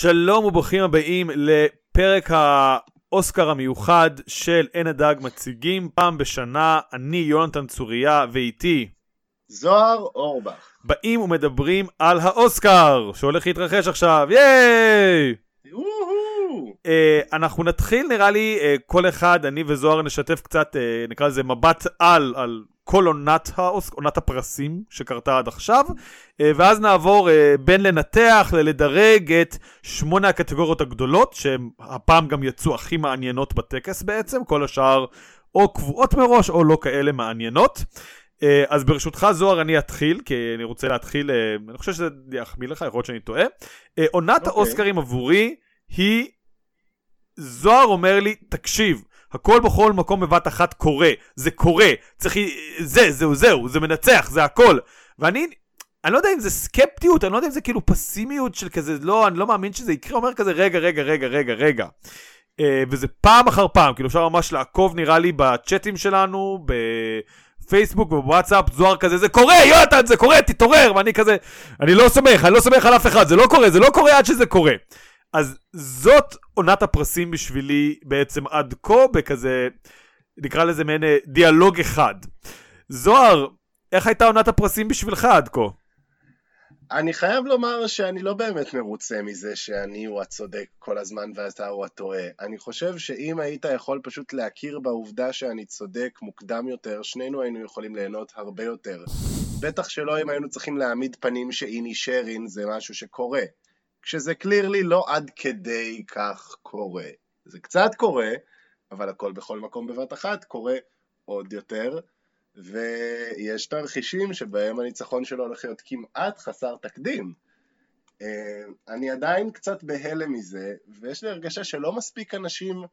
שלום וברוכים הבאים לפרק האוסקר המיוחד של אין הדג מציגים פעם בשנה. אני יונתן צוריה ואיתי זוהר אורבך. באים ומדברים על האוסקר שהולך להתרחש עכשיו. ייי! אנחנו נתחיל, נראה לי כל אחד, אני וזוהר נשתף קצת, נקרא לזה מבט על כל עונת הפרסים שקרתה עד עכשיו, ואז נעבור בין לנתח לדרג את 8 הקטגוריות הגדולות, שהפעם גם יצאו הכי מעניינות בטקס בעצם, כל השאר או קבועות מראש או לא כאלה מעניינות. אז ברשותך זוהר אני אתחיל, כי אני רוצה להתחיל, אני חושב שזה יחמיא לך, יכול להיות שאני טועה. עונת האוסקרים עבורי היא, זוהר אומר לי, תקשיב, הכל בכל מקום בבת אחת קורה, זה קורה, צריך, זהו, זה מנצח, זה הכל. ואני לא יודע אם זה סקפטיות, אני לא יודע אם זה כאילו פסימיות של כזה, לא, אני לא מאמין שזה יקרה, אומר כזה, רגע. וזה פעם אחר פעם, כאילו אפשר ממש לעקוב נראה לי בצ'אטים שלנו, בפייסבוק ובוואטסאפ, זוהר כזה, זה קורה, יונתן, זה קורה, תתעורר, ואני כזה, אני לא סומך על אף אחד, זה לא קורה עד שזה קורה. אז זאת עונת הפרסים בשבילי בעצם עד כה, בכזה, נקרא לזה מעין דיאלוג אחד. זוהר, איך הייתה עונת הפרסים בשבילך עד כה? אני חייב לומר שאני לא באמת מרוצה מזה שאני הוא הצודק כל הזמן ואתה הוא הטועה. אני חושב שאם היית יכול פשוט להכיר בעובדה שאני צודק מוקדם יותר, שנינו היינו יכולים ליהנות הרבה יותר. בטח שלא אם היינו צריכים להעמיד פנים שאיני שרין זה משהו שקורה. כשזה קלירלי לא עד כדי כך קורה. זה קצת קורה, אבל הכל בכל מקום בבת אחת קורה עוד יותר, ויש תרחישים שבהם הניצחון שלו הולך להיות כמעט חסר תקדים. אני עדיין קצת בהלם מזה, ויש לי הרגשה שלא מספיק אנשים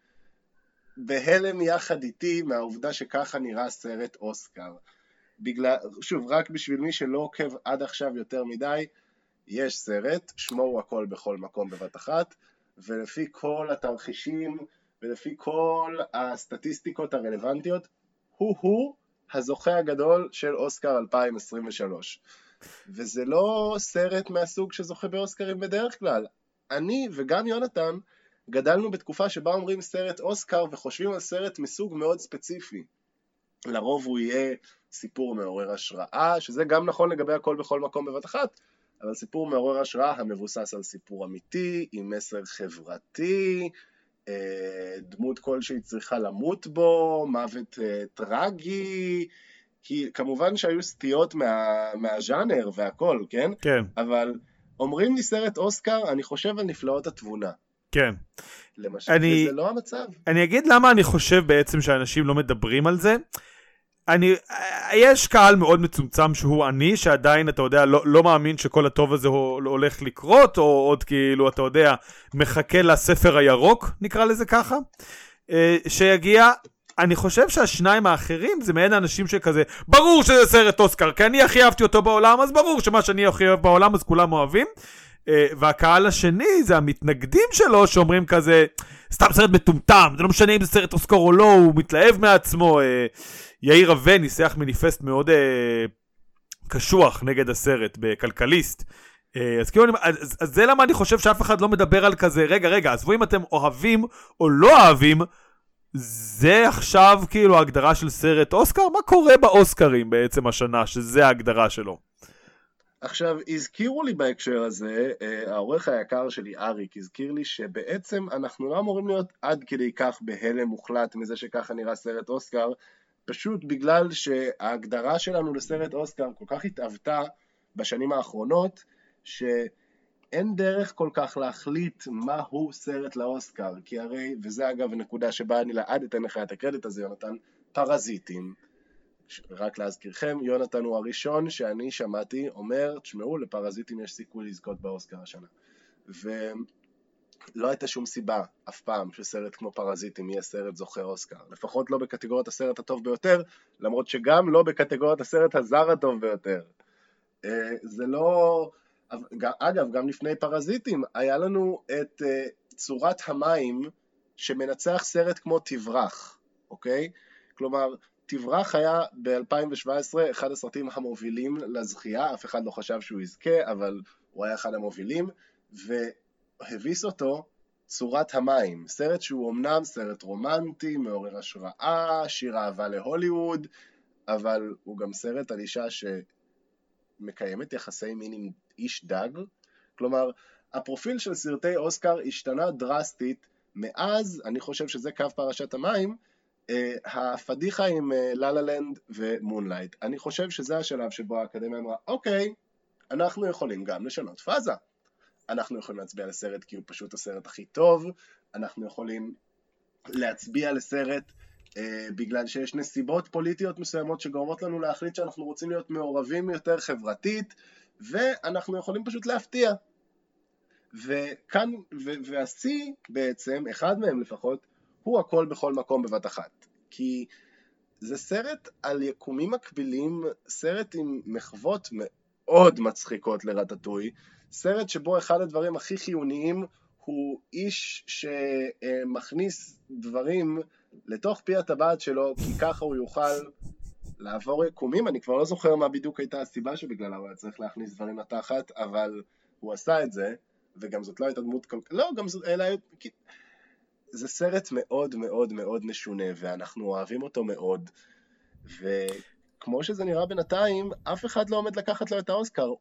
בהלם יחד איתי מהעובדה שככה נראה סרט אוסקר. שוב, רק בשביל מי שלא עוקב עד עכשיו יותר מדי, יש סרט, שמו הוא הכל בכל מקום בבת אחת, ולפי כל התרחישים, ולפי כל הסטטיסטיקות הרלוונטיות, הוא הזוכה הגדול של אוסקר 2023. וזה לא סרט מהסוג שזוכה באוסקרים בדרך כלל. אני וגם יונתן גדלנו בתקופה שבה אומרים סרט אוסקר, וחושבים על סרט מסוג מאוד ספציפי. לרוב הוא יהיה סיפור מעורר השראה, שזה גם נכון לגבי הכל בכל מקום בבת אחת, אבל סיפור מעורר השראה המבוסס על סיפור אמיתי, עם מסר חברתי, דמות כלשהי צריכה למות בו, מוות טרגי, כי כמובן שהיו סטיות מהז'אנר והכל, כן? כן. אבל אומרים לי סרט אוסקר, אני חושב על נפלאות התבונה. כן. למשל, וזה לא המצב. אני אגיד למה אני חושב בעצם שאנשים לא מדברים על זה. יש קהל מאוד מצומצם שהוא אני, שעדיין אתה יודע לא מאמין שכל הטוב הזה הולך לקרות, או עוד כאילו אתה יודע מחכה לספר הירוק, נקרא לזה ככה, שיגיע. אני חושב שהשניים האחרים זה מעין האנשים שכזה, ברור שזה סרט אוסקר, כי אני הכי אהבתי אותו בעולם, אז ברור שמה שאני הכי אוהב בעולם אז כולם אוהבים. והקהל השני זה המתנגדים שלו שאומרים כזה, סתם סרט מטומטם, זה לא משנה אם זה סרט אוסקר או לא, הוא מתלהב מעצמו. יאיר רווה ניסח מניפסט מאוד קשוח נגד הסרט בכלכליסט. אז כאילו, אז זה למה אני חושב שאף אחד לא מדבר על כזה, רגע, עזבו אם אתם אוהבים או לא אוהבים, זה עכשיו כאילו ההגדרה של סרט אוסקר, מה קורה באוסקרים בעצם השנה, שזה ההגדרה שלו. עכשיו, הזכירו לי בהקשר הזה, העורך היקר שלי אריק הזכיר לי שבעצם אנחנו לא אמורים להיות עד כדי כך בהלם מוחלט מזה שככה נראה סרט אוסקר, פשוט בגלל שההגדרה שלנו לסרט אוסקר כל כך התאבטה בשנים האחרונות, שאין דרך כל כך להחליט מהו סרט לאוסקר, כי הרי, וזה אגב נקודה שבה אני לעד אתן לך את הקרדיט הזה, יונתן, פרזיטים. רק להזכירכם, יונתן הוא הראשון שאני שמעתי אומר, תשמעו, לפרזיטים יש סיכוי לזכות באוסקר השנה. ולא הייתה שום סיבה אף פעם שסרט כמו פרזיטים יהיה סרט זוכה אוסקר. לפחות לא בקטגוריית הסרט הטוב ביותר, למרות שגם לא בקטגוריית הסרט הזר הטוב ביותר. זה לא... אגב, גם לפני פרזיטים, היה לנו את צורת המים שמנצח סרט כמו תברח, אוקיי? כלומר, תברח היה ב-2017 אחד הסרטים המובילים לזכייה, אף אחד לא חשב שהוא יזכה, אבל הוא היה אחד המובילים, הביס אותו צורת המים, סרט שהוא אמנם סרט רומנטי, מעורר השראה, שיר אהבה להוליווד, אבל הוא גם סרט על אישה שמקיימת יחסי מין עם איש דג. כלומר, הפרופיל של סרטי אוסקר השתנה דרסטית מאז, אני חושב שזה קו פרשת המים, הפדיחה עם לה לה לנד ומונלייט. אני חושב שזה השלב שבו האקדמיה אמרה, אוקיי, אנחנו יכולים גם לשנות פאזה. אנחנו יכולים להצביע לסרט כי הוא פשוט הסרט הכי טוב, אנחנו יכולים להצביע לסרט בגלל שיש נסיבות פוליטיות מסוימות שגורמות לנו להחליט שאנחנו רוצים להיות מעורבים יותר חברתית, ואנחנו יכולים פשוט להפתיע. וכאן, והשיא בעצם, אחד מהם לפחות, הוא הכל בכל מקום בבת אחת. כי זה סרט על יקומים מקבילים, סרט עם מחוות מאוד מצחיקות לרטטוי, סרט שבו אחד הדברים הכי חיוניים הוא איש שמכניס דברים לתוך פי הטבעת שלו, כי ככה הוא יוכל לעבור יקומים. אני כבר לא זוכר מה בדיוק הייתה הסיבה שבגללה הוא היה צריך להכניס דברים לתחת, אבל הוא עשה את זה, וגם זאת לא הייתה דמות כל כך, לא, גם זאת, אלא, זה סרט מאוד מאוד מאוד משונה, ואנחנו אוהבים אותו מאוד, וכמו שזה נראה בינתיים, אף אחד לא עומד לקחת לו את האוסקר,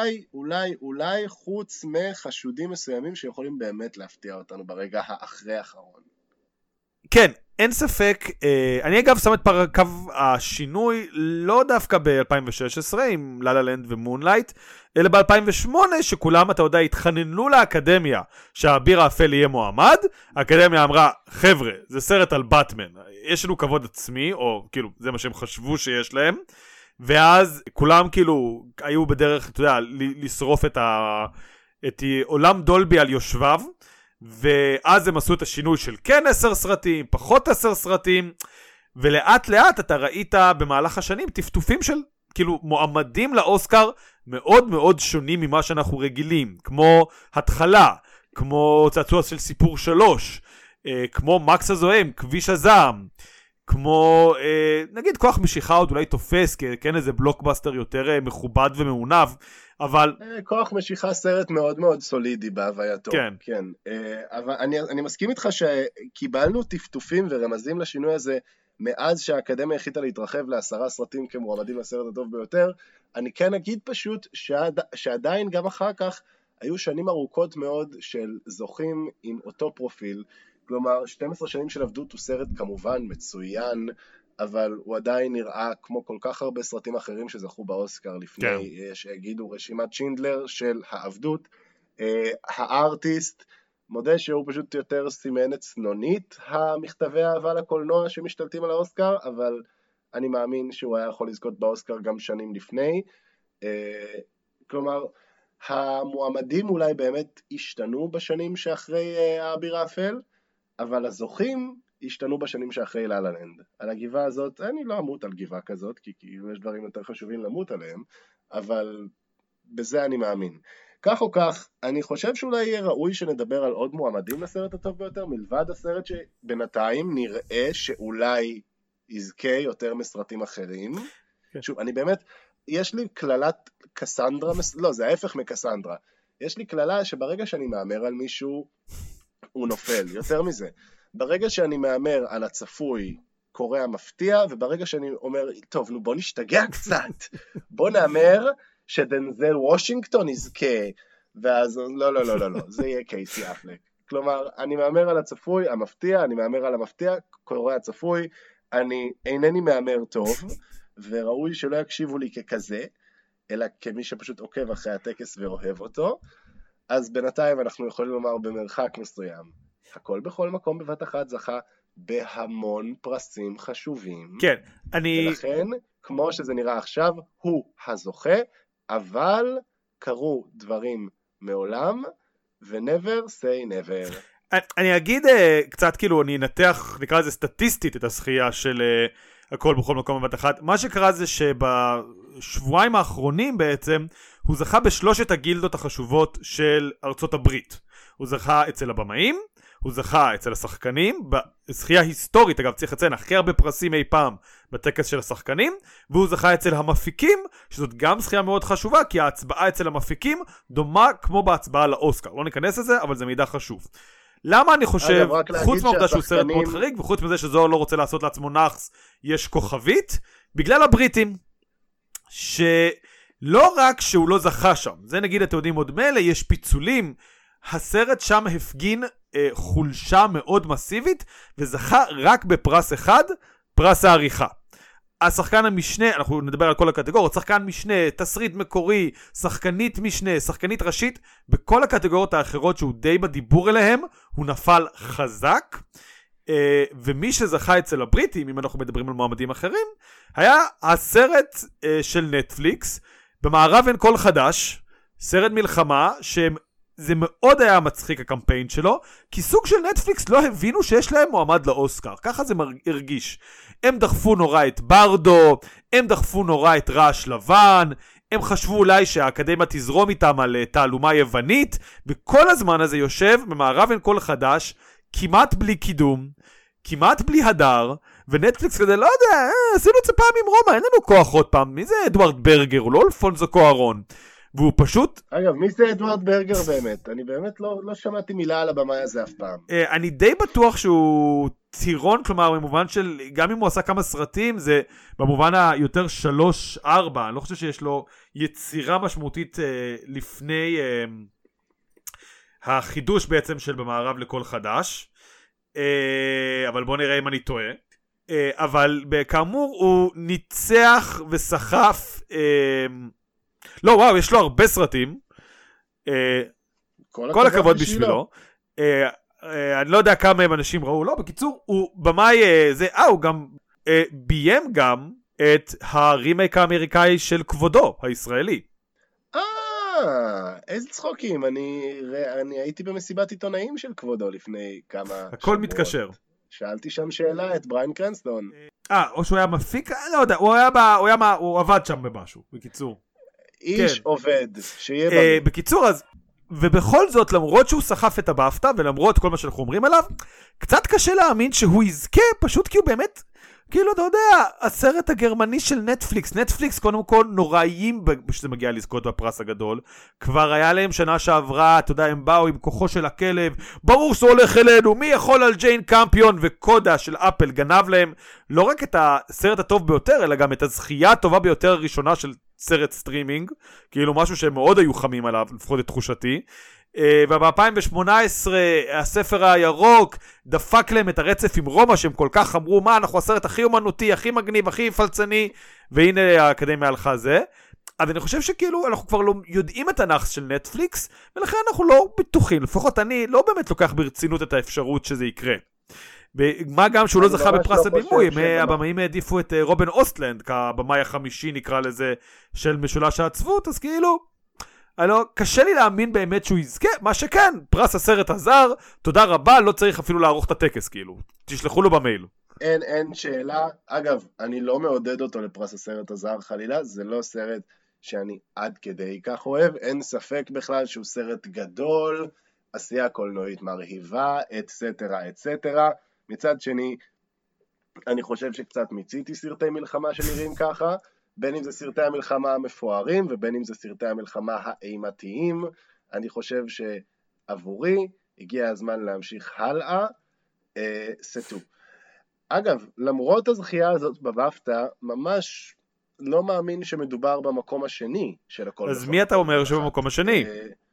אולי חוץ מחשודים מסוימים שיכולים באמת להפתיע אותנו ברגע האחרי האחרון. כן, אין ספק, אני אגב שם את קו השינוי לא דווקא ב-2016 עם לה לה לנד ומונלייט, אלא ב-2008 שכולם, אתה יודע, התחננו לאקדמיה שהאביר האפל יהיה מועמד. האקדמיה אמרה, חבר'ה, זה סרט על באטמן, יש לנו כבוד עצמי, או כאילו זה מה שהם חשבו שיש להם, ואז כולם כאילו היו בדרך, אתה יודע, לשרוף את עולם דולבי על יושביו, ואז הם עשו את השינוי של כן 10 סרטים, פחות 10 סרטים, ולאט לאט אתה ראית במהלך השנים טפטופים של כאילו מועמדים לאוסקר מאוד מאוד שונים ממה שאנחנו רגילים, כמו התחלה, כמו צעצוע של סיפור 3, כמו מקס הזוהם, כביש הזעם, כמו נגיד כוח משיכה עוד אולי תופס, כן איזה בלוקבאסטר יותר מכובד ומעונב, אבל כוח משיכה סרט מאוד מאוד סולידי בהווייתו. כן. כן. אבל אני מסכים איתך שקיבלנו טפטופים ורמזים לשינוי הזה מאז שהאקדמיה החליטה להתרחב ל10 סרטים כמועמדים לסרט הטוב ביותר. אני כן אגיד פשוט שעדיין גם אחר כך היו שנים ארוכות מאוד של זוכים עם אותו פרופיל. כלומר, 12 שנים של עבדות הוא סרט כמובן מצוין, אבל הוא עדיין נראה כמו כל כך הרבה סרטים אחרים שזכו באוסקר לפני, שיגידו רשימת שינדלר של העבדות. הארטיסט, מודה שהוא פשוט יותר סימנת צנונית, המכתבי האהבה לקולנוע שמשתלטים על האוסקר, אבל אני מאמין שהוא היה יכול לזכות באוסקר גם שנים לפני. כלומר, המועמדים אולי באמת השתנו בשנים שאחרי האביר האפל, אבל הזוכים השתנו בשנים שאחרי לה לה לנד. על הגבעה הזאת, אני לא אמות על גבעה כזאת, כי יש דברים יותר חשובים למות עליהם, אבל בזה אני מאמין. כך או כך, אני חושב שאולי יהיה ראוי שנדבר על עוד מועמדים לסרט הטוב ביותר, מלבד הסרט שבינתיים נראה שאולי יזכה יותר מסרטים אחרים. שוב, אני באמת, יש לי כללת קסנדרה, לא, זה ההפך מקסנדרה. יש לי כללה שברגע שאני מאמר על מישהו, הוא נופל. יותר מזה, ברגע שאני מאמר על הצפוי, קורא המפתיע, וברגע שאני אומר, טוב, נו בוא נשתגע קצת, בוא נאמר שדנזל וושינגטון יזכה, ואז לא, זה יהיה קייסי אפלק. כלומר, אני מאמר על הצפוי, המפתיע, אני מאמר על המפתיע, קורא הצפוי, אני אינני מאמר טוב, וראוי שלא יקשיבו לי ככזה, אלא כמי שפשוט עוקב אחרי הטקס ואוהב אותו. אז בינתיים אנחנו יכולים לומר במרחק מסוים, הכל בכל מקום בבת אחת זכה בהמון פרסים חשובים. כן, ולכן, כמו שזה נראה עכשיו, הוא הזוכה, אבל קרו דברים מעולם, ו-never say never. אני אגיד קצת כאילו, אני אנתח, נקרא לזה סטטיסטית את הזכייה של הכל בכל מקום בבת אחת. מה שקרה זה שבשבועיים האחרונים בעצם, הוא זכה בשלושת הגילדות החשובות של ארצות הברית. הוא זכה אצל הבמאים, הוא זכה אצל השחקנים, בזכייה היסטורית, אגב צריך לציין, הכי הרבה פרסים אי פעם בטקס של השחקנים, והוא זכה אצל המפיקים, שזאת גם זכייה מאוד חשובה, כי ההצבעה אצל המפיקים דומה כמו בהצבעה לאוסקר. לא ניכנס לזה, אבל זה מידע חשוב. למה אני חושב, חוץ מהעובדה שהוא סרט מאוד חריג, וחוץ מזה שזוהר לא רוצה לעשות לעצמו נחס, יש כוכבית, בגלל הבריטים, שלא רק שהוא לא זכה שם, זה נגיד אתם יודעים עוד מלא, יש פיצולים, הסרט שם הפגין חולשה מאוד מסיבית, וזכה רק בפרס אחד, פרס העריכה. השחקן המשנה, אנחנו נדבר על כל הקטגוריות, שחקן משנה, תסריט מקורי, שחקנית משנה, שחקנית ראשית, בכל הקטגוריות האחרות שהוא די בדיבור אליהם, הוא נפל חזק, ומי שזכה אצל הבריטים, אם אנחנו מדברים על מועמדים אחרים, היה הסרט של נטפליקס, במערב אין קול חדש, סרט מלחמה, זה מאוד היה מצחיק הקמפיין שלו, כי סוג של נטפליקס לא הבינו שיש להם מועמד לאוסקר, ככה זה הרגיש. הם דחפו נורא את ברדו, הם דחפו נורא את רעש לבן, הם חשבו אולי שהאקדמיה תזרום איתם על תעלומה יוונית, וכל הזמן הזה יושב במערב אין קול חדש, כמעט בלי קידום, כמעט בלי הדר, ונטפליקס כזה, לא יודע, עשינו את זה פעם עם רומא, אין לנו כוח עוד פעם, מי זה אדוארד ברגר, הוא לא אלפונסו קוארון, והוא פשוט... אגב, מי זה אדוארד ברגר באמת? אני באמת לא שמעתי מילה על הבמה הזה אף פעם. אני די בטוח שהוא טירון, כלומר, במובן של, גם אם הוא עשה כמה סרטים, זה במובן היותר 3-4, אני לא חושב שיש לו יצירה משמעותית לפני החידוש בעצם של במערב לכל חדש, אבל בוא נראה אם אני טועה. אבל כאמור הוא ניצח וסחף, לא וואו, יש לו הרבה סרטים, כל הכבוד בשבילו. אני לא יודע כמה הם אנשים ראו, לא, בקיצור, הוא במאי, הוא גם ביים גם את הרימייק האמריקאי של כבודו, הישראלי. איזה צחוקים, אני הייתי במסיבת עיתונאים של כבודו לפני כמה הכל שבועות. מתקשר. שאלתי שם שאלה את בריין קרנסטון. או שהוא היה מפיק, לא יודע, הוא עבד שם במשהו, בקיצור. איש עובד, שיהיה בריא. בקיצור, אז, ובכל זאת, למרות שהוא סחף את הבאפטה, ולמרות כל מה שאנחנו אומרים עליו, קצת קשה להאמין שהוא יזכה, פשוט כי הוא באמת, כאילו, אתה יודע, הסרט הגרמני של נטפליקס, נטפליקס קודם כל נוראיים שזה מגיע לזכות בפרס הגדול, כבר היה להם שנה שעברה, אתה יודע, הם באו עם כוחו של הכלב, ברור שזה הולך אלינו, מי יכול על ג'יין קמפיון וקודה של אפל, גנב להם לא רק את הסרט הטוב ביותר, אלא גם את הזכייה הטובה ביותר הראשונה של סרט סטרימינג, כאילו משהו שהם מאוד היו חמים עליו, לפחות את תחושתי, וב-2018 הספר הירוק דפק להם את הרצף עם רומא, שהם כל כך אמרו, מה, אנחנו הסרט הכי אומנותי, הכי מגניב, הכי פלצני, והנה האקדמיה הלכה זה. אז אני חושב שכאילו אנחנו כבר לא יודעים את הנחס של נטפליקס, ולכן אנחנו לא בטוחים, לפחות אני לא באמת לוקח ברצינות את האפשרות שזה יקרה. מה גם שהוא לא זכה בפרס הבימוי, הבמאים העדיפו את רובן אוסטלנד, כבמאי החמישי נקרא לזה, של משולש העצבות, אז כאילו, קשה לי להאמין באמת שהוא יזכה, מה שכן, פרס הסרט הזר, תודה רבה, לא צריך אפילו לערוך את הטקס, כאילו, תשלחו לו במייל. אין שאלה, אגב, אני לא מעודד אותו לפרס הסרט הזר חלילה, זה לא סרט שאני עד כדי כך אוהב, אין ספק בכלל שהוא סרט גדול, עשייה קולנועית מרהיבה, אטסטרה, מצד שני, אני חושב שקצת מיציתי סרטי מלחמה שנראים ככה, בין אם זה סרטי המלחמה המפוארים, ובין אם זה סרטי המלחמה האימתיים, אני חושב שעבורי הגיע הזמן להמשיך הלאה, סטו. אגב, למרות הזכייה הזאת בבאפטה, ממש לא מאמין שמדובר במקום השני של הכל. אז מי אתה אומר שבמקום השני?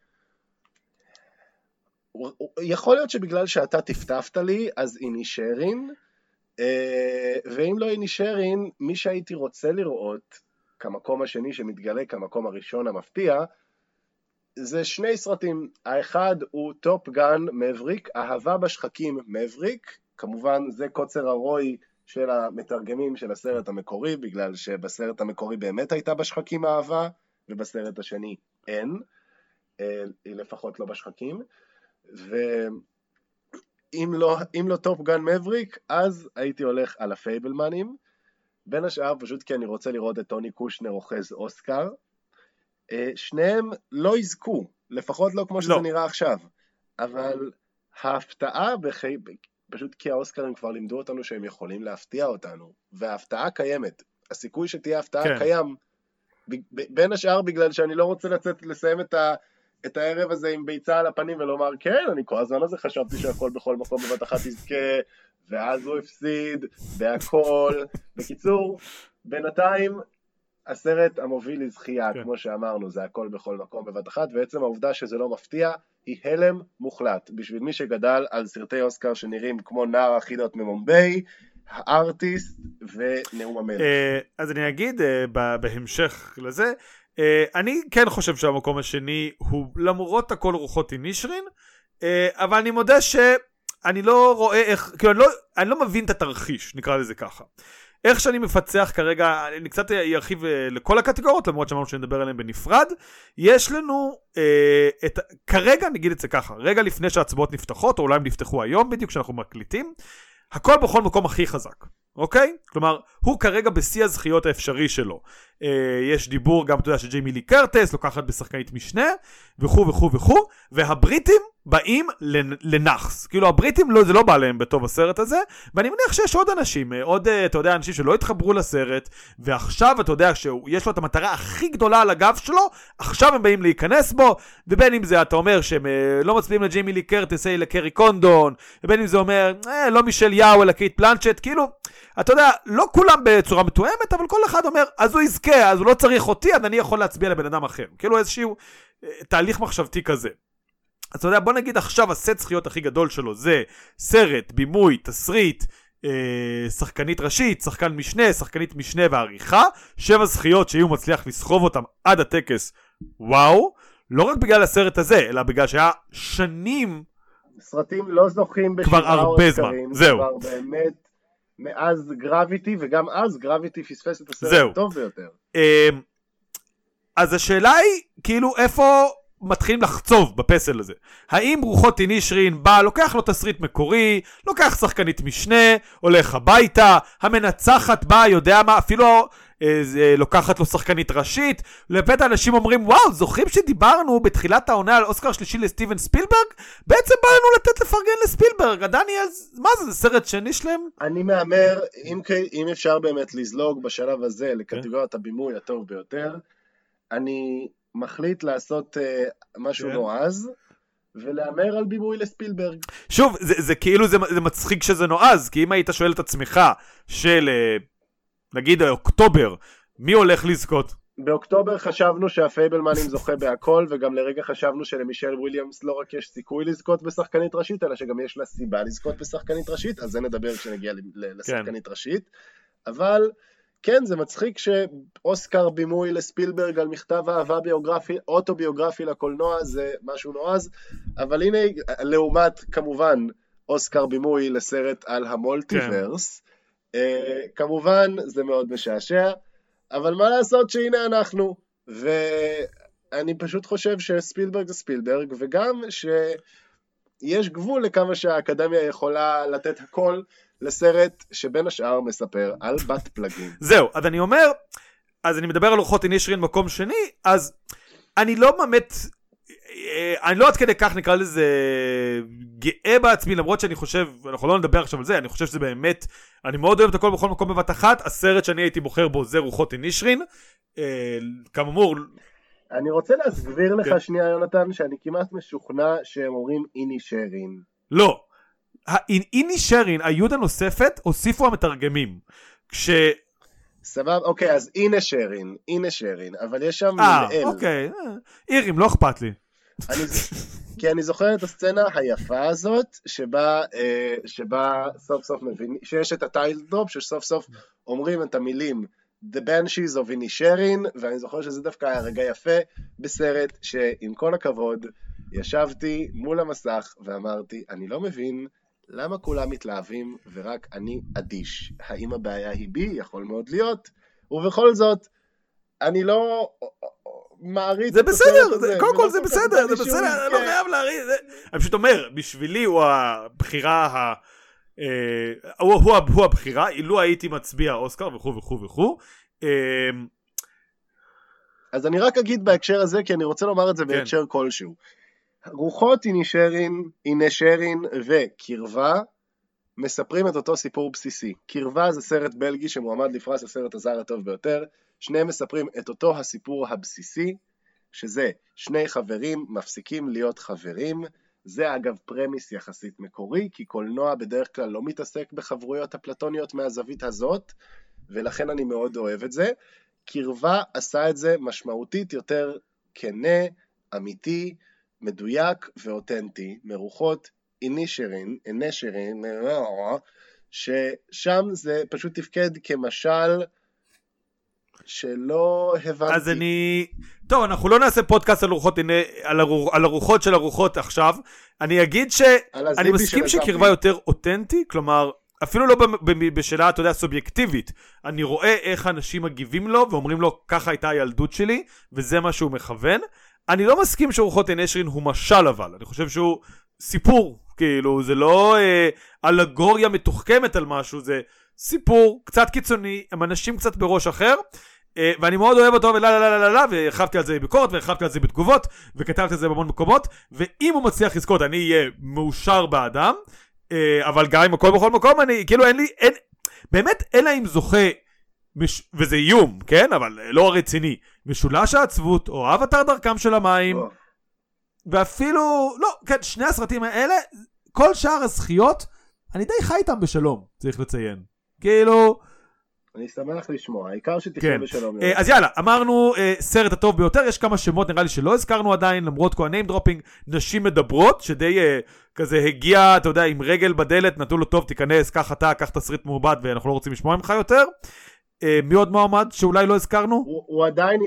יכול להיות שבגלל שאתה תפתפת לי, אז אינישרין, ואם לא אינישרין, מי שהייתי רוצה לראות כמקום השני שמתגלה כמקום הראשון המפתיע, זה שני סרטים. האחד הוא טופ גן מבריק, אהבה בשחקים מבריק, כמובן זה קוצר הרוי של המתרגמים של הסרט המקורי, בגלל שבסרט המקורי באמת הייתה בשחקים אהבה, ובסרט השני אין, לפחות לא בשחקים, ואם לא טופ גן מבריק, אז הייתי הולך על הפייבלמנים, בין השאר פשוט כי אני רוצה לראות את טוני קושנר אוחז אוסקר, שניהם לא יזכו, לפחות לא כמו שזה נראה עכשיו, אבל ההפתעה פשוט כי האוסקרים כבר לימדו אותנו שהם יכולים להפתיע אותנו, וההפתעה קיימת, הסיכוי שתהיה הפתעה קיים, בין השאר בגלל שאני לא רוצה לסיים את הערב הזה עם ביצה על הפנים ולומר, כן, אני כל הזמן הזה חשבתי שהכל בכל מקום בבת אחת יזכה, ואז הוא הפסיד, והכל. בקיצור, בינתיים, הסרט המוביל לזכייה, כמו שאמרנו, זה הכל בכל מקום בבת אחת, ועצם העובדה שזה לא מפתיע, היא הלם מוחלט. בשביל מי שגדל על סרטי אוסקר שנראים כמו נער החידות ממומביי, הארטיסט ונאום המלך. אז אני אגיד בהמשך לזה, אני כן חושב שהמקום השני הוא למרות הכל רוחות אינישרין, אבל אני מודה שאני לא רואה איך, כאילו אני לא מבין את התרחיש, נקרא לזה ככה. איך שאני מפצח כרגע, אני קצת ארחיב לכל הקטגוריות, למרות שאמרנו שנדבר עליהם בנפרד, יש לנו, כרגע נגיד את זה ככה, רגע לפני שההצבעות נפתחות, או אולי הם נפתחו היום בדיוק כשאנחנו מקליטים, הכל בכל מקום הכי חזק, אוקיי? כלומר, הוא כרגע בשיא הזכיות האפשרי שלו. יש דיבור גם, אתה יודע, שג'יימי לי קרטיס לוקחת בשחקנית משנה, וכו' וכו' וכו', והבריטים באים לנחס. כאילו, הבריטים זה לא בא להם בטוב הסרט הזה, ואני מניח שיש עוד אנשים, אתה יודע, אנשים שלא התחברו לסרט, ועכשיו, אתה יודע, שיש לו את המטרה הכי גדולה על הגב שלו, עכשיו הם באים להיכנס בו, ובין אם זה, אתה אומר, שהם לא מצביעים לג'יימי לי קרטיס, לקרי קונדון, ובין אם זה אומר, לא מישל יאו, אלא קייט בלנצ'ט, כאילו, אתה יודע, לא כולם בצורה מתואמת, אבל כל אחד אומר, אז הוא יזכה, אז הוא לא צריך אותי, אז אני יכול להצביע לבן אדם אחר. כאילו איזשהו תהליך מחשבתי כזה. אז אתה יודע, בוא נגיד עכשיו הסט זכיות הכי גדול שלו, זה סרט, בימוי, תסריט, שחקנית ראשית, שחקן משנה, שחקנית משנה ועריכה, 7 זכיות שיהיו מצליח לסחוב אותם עד הטקס, וואו, לא רק בגלל הסרט הזה, אלא בגלל שהיה שנים, סרטים לא זוכים כבר הרבה זמן, זהו. כבר באמת, מאז גרביטי, וגם אז גרביטי פספס את הסרט הטוב ביותר. אז השאלה היא, כאילו, איפה מתחילים לחצוב בפסל הזה? האם רוחות אינישרין בא, לוקח לו תסריט מקורי, לוקח שחקנית משנה, הולך הביתה, המנצחת בא, יודע מה, אפילו לוקחת לו שחקנית ראשית, לפתע אנשים אומרים, וואו, זוכרים שדיברנו בתחילת העונה על אוסקר שלישי לסטיבן ספילברג? בעצם בא לנו לתת לפרגן לספילברג, דניאל, מה זה סרט שני שלהם? אני מאמר, אם אפשר באמת לזלוג בשלב הזה לקטגוריית הבימוי הטוב ביותר, אני מחליט לעשות משהו נועז, ולאמר על בימוי לספילברג. שוב, זה כאילו, זה מצחיק שזה נועז, כי אם היית שואל את עצמך של, נגיד, אוקטובר, מי הולך לזכות? באוקטובר חשבנו שהפייבלמנים זוכה בהכל, וגם לרגע חשבנו שלמישל וויליאמס לא רק יש סיכוי לזכות בשחקנית ראשית, אלא שגם יש לה סיבה לזכות בשחקנית ראשית, אז זה נדבר כשנגיע לשחקנית ראשית. אבל כן, זה מצחיק שאוסקר בימוי לספילברג על מכתב אהבה ביוגרפי, אוטוביוגרפי לקולנוע, זה משהו נועז, אבל הנה, לעומת כמובן אוסקר בימוי לסרט על המולטיברס, כמובן זה מאוד משעשע, אבל מה לעשות שהנה אנחנו, ואני פשוט חושב שספילברג זה ספילברג, וגם שיש גבול לכמה שהאקדמיה יכולה לתת הכל, לסרט שבין השאר מספר על בת פלגים. זהו, אז אני אומר, אז אני מדבר על רוחות אינישרין מקום שני, אז אני לא באמת, אני לא עד כדי כך נקרא לזה גאה בעצמי, למרות שאני חושב, אנחנו לא נדבר עכשיו על זה, אני חושב שזה באמת, אני מאוד אוהב את הכל בכל מקום בבת אחת, הסרט שאני הייתי בוחר בו זה רוחות אינישרין, כאמור. אני רוצה להסביר לך שנייה יונתן, שאני כמעט משוכנע שהם אומרים אינישרין. לא. אינישרין, היוד הנוספת, הוסיפו המתרגמים. סבב, אוקיי, אז אינישרין, אבל יש שם מנהל. אוקיי, אירים, לא אכפת לי. כי אני זוכר את הסצנה היפה הזאת, שבה סוף סוף מבינים, שיש את הטייל דרופ, שסוף סוף אומרים את המילים, The Banshees of Inisherin, ואני זוכר שזה דווקא היה רגע יפה בסרט, שעם כל הכבוד, ישבתי מול המסך ואמרתי, אני לא מבין, למה כולם מתלהבים ורק אני אדיש? האם הבעיה היא בי? יכול מאוד להיות. ובכל זאת, אני לא מעריץ זה בסדר, קודם כל זה בסדר, זה בסדר, אני לא חייב להריץ. אני פשוט אומר, בשבילי הוא הבחירה, הוא הבחירה, אילו הייתי מצביע אוסקר וכו' וכו' וכו'. אז אני רק אגיד בהקשר הזה, כי אני רוצה לומר את זה בהקשר כלשהו. רוחות אינישרין וקרבה מספרים את אותו סיפור בסיסי. קרבה זה סרט בלגי שמועמד לפרס הסרט הזר הטוב ביותר, שניהם מספרים את אותו הסיפור הבסיסי, שזה שני חברים מפסיקים להיות חברים. זה אגב פרמיס יחסית מקורי, כי קולנוע בדרך כלל לא מתעסק בחברויות הפלטוניות מהזווית הזאת, ולכן אני מאוד אוהב את זה. קרבה עשה את זה משמעותית יותר כנה, אמיתי, מדויק ואותנטי, מרוחות אינישרין, ששם זה פשוט תפקד כמשל שלא הבנתי. אז טוב, אנחנו לא נעשה פודקאסט על הרוחות של הרוחות עכשיו. אני אגיד שאני מסכים שקרבה יותר אותנטי, כלומר, אפילו לא בשאלה, אתה יודע, סובייקטיבית. אני רואה איך אנשים מגיבים לו ואומרים לו, ככה הייתה הילדות שלי, וזה מה שהוא מכוון. אני לא מסכים שרוחות אינישרין הוא משל, אבל אני חושב שהוא סיפור, כאילו, זה לא אלגוריה מתוחכמת על משהו, זה סיפור קצת קיצוני, הם אנשים קצת בראש אחר, ואני מאוד אוהב אותו, והרחבתי על זה ביקורת, והרחבתי על זה בתגובות, וכתבתי על זה בהמון מקומות, ואם הוא מצליח לזכות, אני אהיה מאושר באדם, אבל גם עם הכל בכל מקום, אני, כאילו, באמת, אלא אם זוכה, וזה איום, כן? אבל לא רציני, משולש העצבות, או אבטר דרכם של המים, ואפילו, לא, כן, שני הסרטים האלה, כל שאר הזכיות, אני די חי איתם בשלום, צריך לציין. כאילו... אני שמח לשמוע, העיקר שתחיה בשלום. אז יאללה, אמרנו סרט הטוב ביותר, יש כמה שמות נראה לי שלא הזכרנו עדיין, למרות כל הניים דרופינג, נשים מדברות, שדי כזה הגיע, אתה יודע, עם רגל בדלת, נתנו לו טוב, תיכנס, קח אתה, קח תסריט מעובד, ואנחנו לא רוצים לשמוע ממך יותר. מי עוד מועמד שאולי לא הזכרנו? הוא עדיין,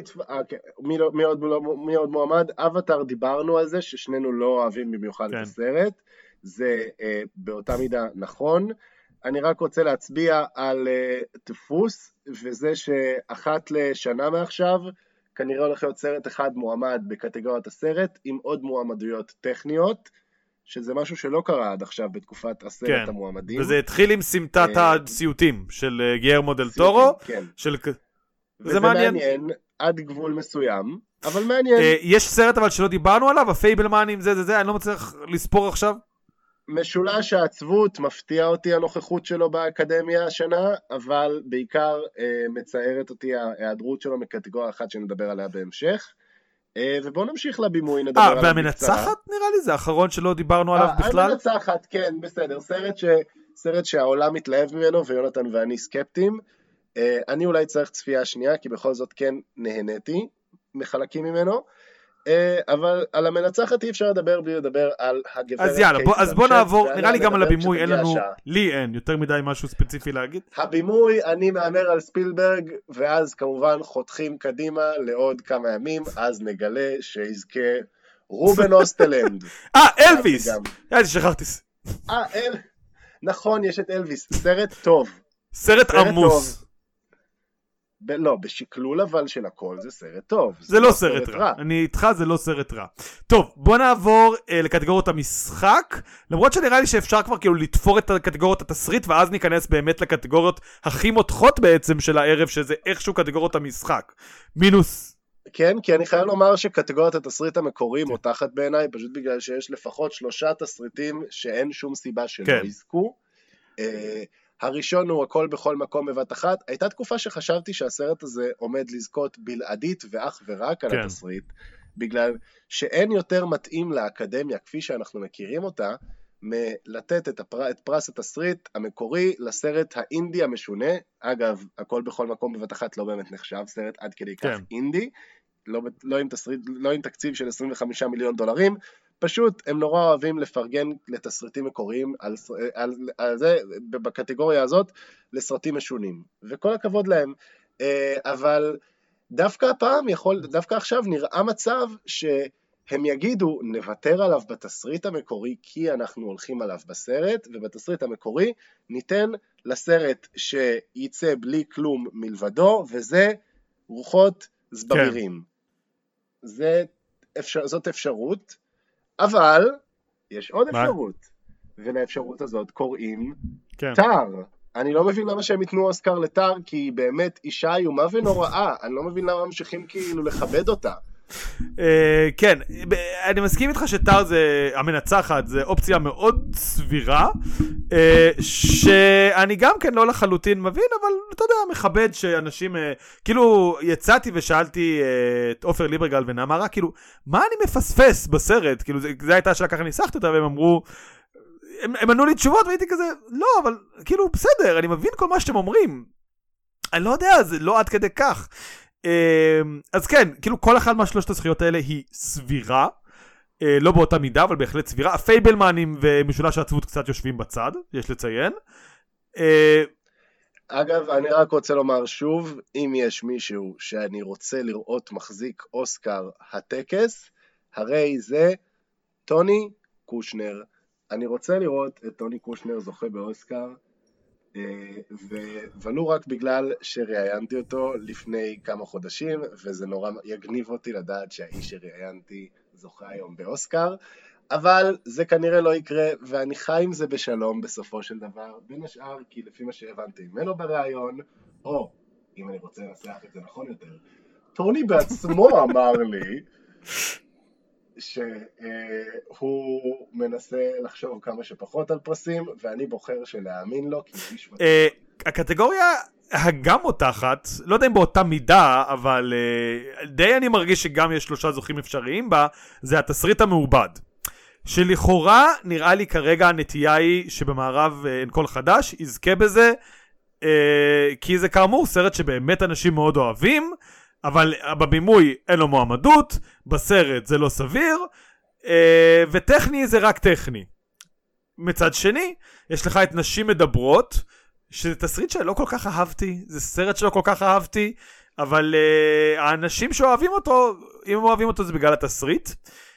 מי עוד מועמד? אבטר, דיברנו על זה, ששנינו לא אוהבים במיוחד את הסרט, זה באותה מידה נכון. אני רק רוצה להצביע על דפוס, וזה שאחת לשנה מעכשיו, כנראה הולך להיות סרט אחד מועמד בקטגוריית הסרט, עם עוד מועמדויות טכניות, שזה משהו שלא קרה עד עכשיו בתקופת הסרט המועמדים. וזה התחיל עם סמטת הסיוטים של גיירמו דל טורו. כן. וזה מעניין. עד גבול מסוים, אבל מעניין. יש סרט אבל שלא דיברנו עליו, הפייבלמנים, זה, אני לא מצליח לספור עכשיו. משולש העצבות, מפתיע אותי הנוכחות שלו באקדמיה השנה, אבל בעיקר מצערת אותי ההיעדרות שלו מקטגוריה אחת שנדבר עליה בהמשך. ובואו נמשיך לבימוי, נדבר עליו בקצרה. והמנצחת נראה לי זה האחרון שלא דיברנו עליו בכלל. המנצחת, כן, בסדר, סרט שהעולם מתלהב ממנו ויונתן ואני סקפטיים. אני אולי צריך צפייה שנייה, כי בכל זאת כן נהניתי מחלקים ממנו. אבל על המנצחת אי אפשר לדבר בלי לדבר על הגברת. אז יאללה, אז בוא נעבור, נראה לי גם על הבימוי, אין לנו, לי אין יותר מדי משהו ספציפי להגיד. הבימוי, אני מאמר על ספילברג, ואז כמובן חותכים קדימה לעוד כמה ימים, אז נגלה שיזכה רובן אוסטלנד. אלוויס! שכחתי. נכון, יש את אלוויס, סרט טוב. סרט עמוס. לא, בשקלול אבל של הכל זה סרט טוב. זה לא סרט רע. אני איתך, זה לא סרט רע. טוב, בוא נעבור לקטגוריות המשחק, למרות שנראה לי שאפשר כבר כאילו לתפור את הקטגוריות התסריט, ואז ניכנס באמת לקטגוריות הכי מותחות בעצם של הערב, שזה איכשהו קטגוריות המשחק. מינוס. כן, כי אני חייב לומר שקטגוריית התסריט המקורי מותחת בעיניי, פשוט בגלל שיש לפחות 3 תסריטים שאין שום סיבה שלא יזכו. הראשון הוא הכל בכל מקום בבת אחת. הייתה תקופה שחשבתי שהסרט הזה עומד לזכות בלעדית ואך ורק על התסריט, בגלל שאין יותר מתאים לאקדמיה כפי שאנחנו מכירים אותה, מלתת את פרס התסריט המקורי לסרט האינדי המשונה. אגב, הכל בכל מקום בבת אחת לא באמת נחשב סרט עד כדי כך אינדי, לא עם תקציב של $25 מיליון, פשוט הם נורא אוהבים לפרגן לתסריטים מקוריים על זה, בקטגוריה הזאת, לסרטים משונים, וכל הכבוד להם. אבל דווקא הפעם דווקא עכשיו נראה מצב שהם יגידו, נוותר עליו בתסריט המקורי, כי אנחנו הולכים עליו בסרט, ובתסריט המקורי ניתן לסרט שייצא בלי כלום מלבדו, וזה רוחות זברירים. זאת אפשרות, אבל יש עוד אפשרות, ולאפשרות הזאת קוראים טאר. אני לא מבין למה שהם ייתנו אוסקר לטאר, כי היא באמת אישה איומה ונוראה. אני לא מבין למה ממשיכים כאילו לכבד אותה. כן, אני מסכים איתך שטאר זה המנצחת, זה אופציה מאוד סבירה, שאני גם כן לא לחלוטין מבין, אבל אתה יודע, מכבד שאנשים, כאילו יצאתי ושאלתי את עופר ליברגל ונעמה, כאילו, מה אני מפספס בסרט? כאילו, זה הייתה השאלה ככה ניסחתי אותה, והם אמרו, הם ענו לי תשובות והייתי כזה, לא, אבל כאילו בסדר, אני מבין כל מה שאתם אומרים, אני לא יודע, זה לא עד כדי כך. אז כן, כאילו כל אחד מהשלושת הזכיות האלה היא סבירה, לא באותה מידה, אבל בהחלט סבירה. הפייבלמנים ומשולש העצבות קצת יושבים בצד, יש לציין. אגב, אני רק רוצה לומר שוב, אם יש מישהו שאני רוצה לראות מחזיק אוסקר הטקס, הרי זה טוני קושנר. אני רוצה לראות את טוני קושנר זוכה באוסקר, ולו רק בגלל שראיינתי אותו לפני כמה חודשים, וזה נורא יגניב אותי לדעת שהאיש שראיינתי זוכה היום באוסקר, אבל זה כנראה לא יקרה, ואני חי עם זה בשלום בסופו של דבר, בין השאר כי לפי מה שהבנתי ממנו בראיון, או אם אני רוצה לנסח את זה נכון יותר, טוני בעצמו אמר לי שהוא מנסה לחשוב כמה שפחות על פרסים, ואני בוחר שלהאמין לו, כי הוא איש מצליח. הקטגוריה הגם מותחת, לא יודע אם באותה מידה, אבל די אני מרגיש שגם יש 3 זוכים אפשריים בה, זה התסריט המעובד. שלכאורה נראה לי כרגע הנטייה היא שבמערב אין קול חדש, יזכה בזה, כי זה כאמור סרט שבאמת אנשים מאוד אוהבים, אבל בבימוי אין לו מועמדות, בסרט זה לא סביר, וטכני זה רק טכני. מצד שני, יש לך את נשים מדברות, שזה תסריט שלא כל כך אהבתי, זה סרט שלא כל כך אהבתי, אבל האנשים שאוהבים אותו, אם הם אוהבים אותו זה בגלל התסריט,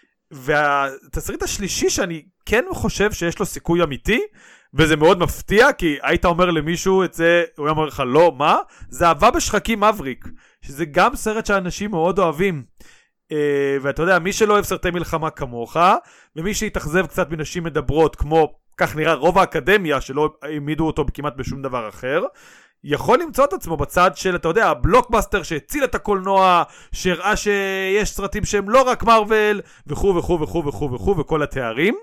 והתסריט השלישי שאני כן חושב שיש לו סיכוי אמיתי, וזה מאוד מפתיע, כי היית אומר למישהו את זה, הוא אומר לך לא, מה? זה אהבה בשחקים מבריק, שזה גם סרט שאנשים מאוד אוהבים. ואתה יודע, מי שלא אוהב סרטי מלחמה כמוך, ומי שהתאכזב קצת מנשים מדברות, כמו כך נראה רוב האקדמיה, שלא העמידו אותו כמעט בשום דבר אחר, יכול למצוא את עצמו בצד של, אתה יודע, הבלוקבאסטר שהציל את הקולנוע, שהראה שיש סרטים שהם לא רק מרוול, וכו' וכו' וכו' וכו' וכו' וכל התארים.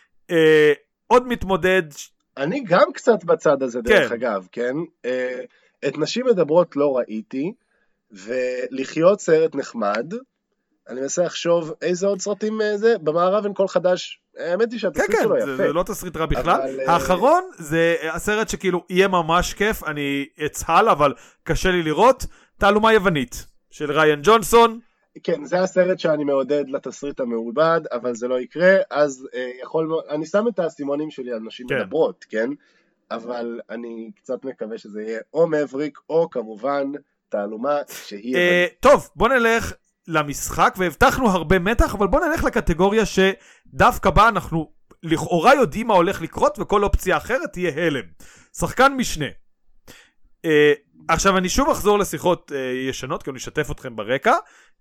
עוד מתמודד. אני גם קצת בצד הזה דרך אגב, כן? את נשים מדברות לא ראיתי, ולחיות סרט נחמד, אני מנסה לחשוב איזה עוד סרטים זה, במערב אין קול חדש, האמת היא שהתסריט שלו יפה. זה לא תסריט רע בכלל. האחרון זה הסרט שכאילו יהיה ממש כיף, אני אצהל אבל קשה לי לראות, תעלומה יוונית של ריין ג'ונסון. כן, זה הסרט שאני מעודד לתסריט המעובד, אבל זה לא יקרה, אז אני שם את הסימונים שלי על נשים מדברות, כן? אבל אני קצת מקווה שזה יהיה או מבריק, או כמובן תעלומה שהיא... טוב, בוא נלך למשחק, והבטחנו הרבה מתח, אבל בוא נלך לקטגוריה שדווקא בה אנחנו לכאורה יודעים מה הולך לקרות, וכל אופציה אחרת תהיה הלם. שחקן משנה. עכשיו אני שוב אחזור לשיחות ישנות, כי אני אשתף אתכם ברקע.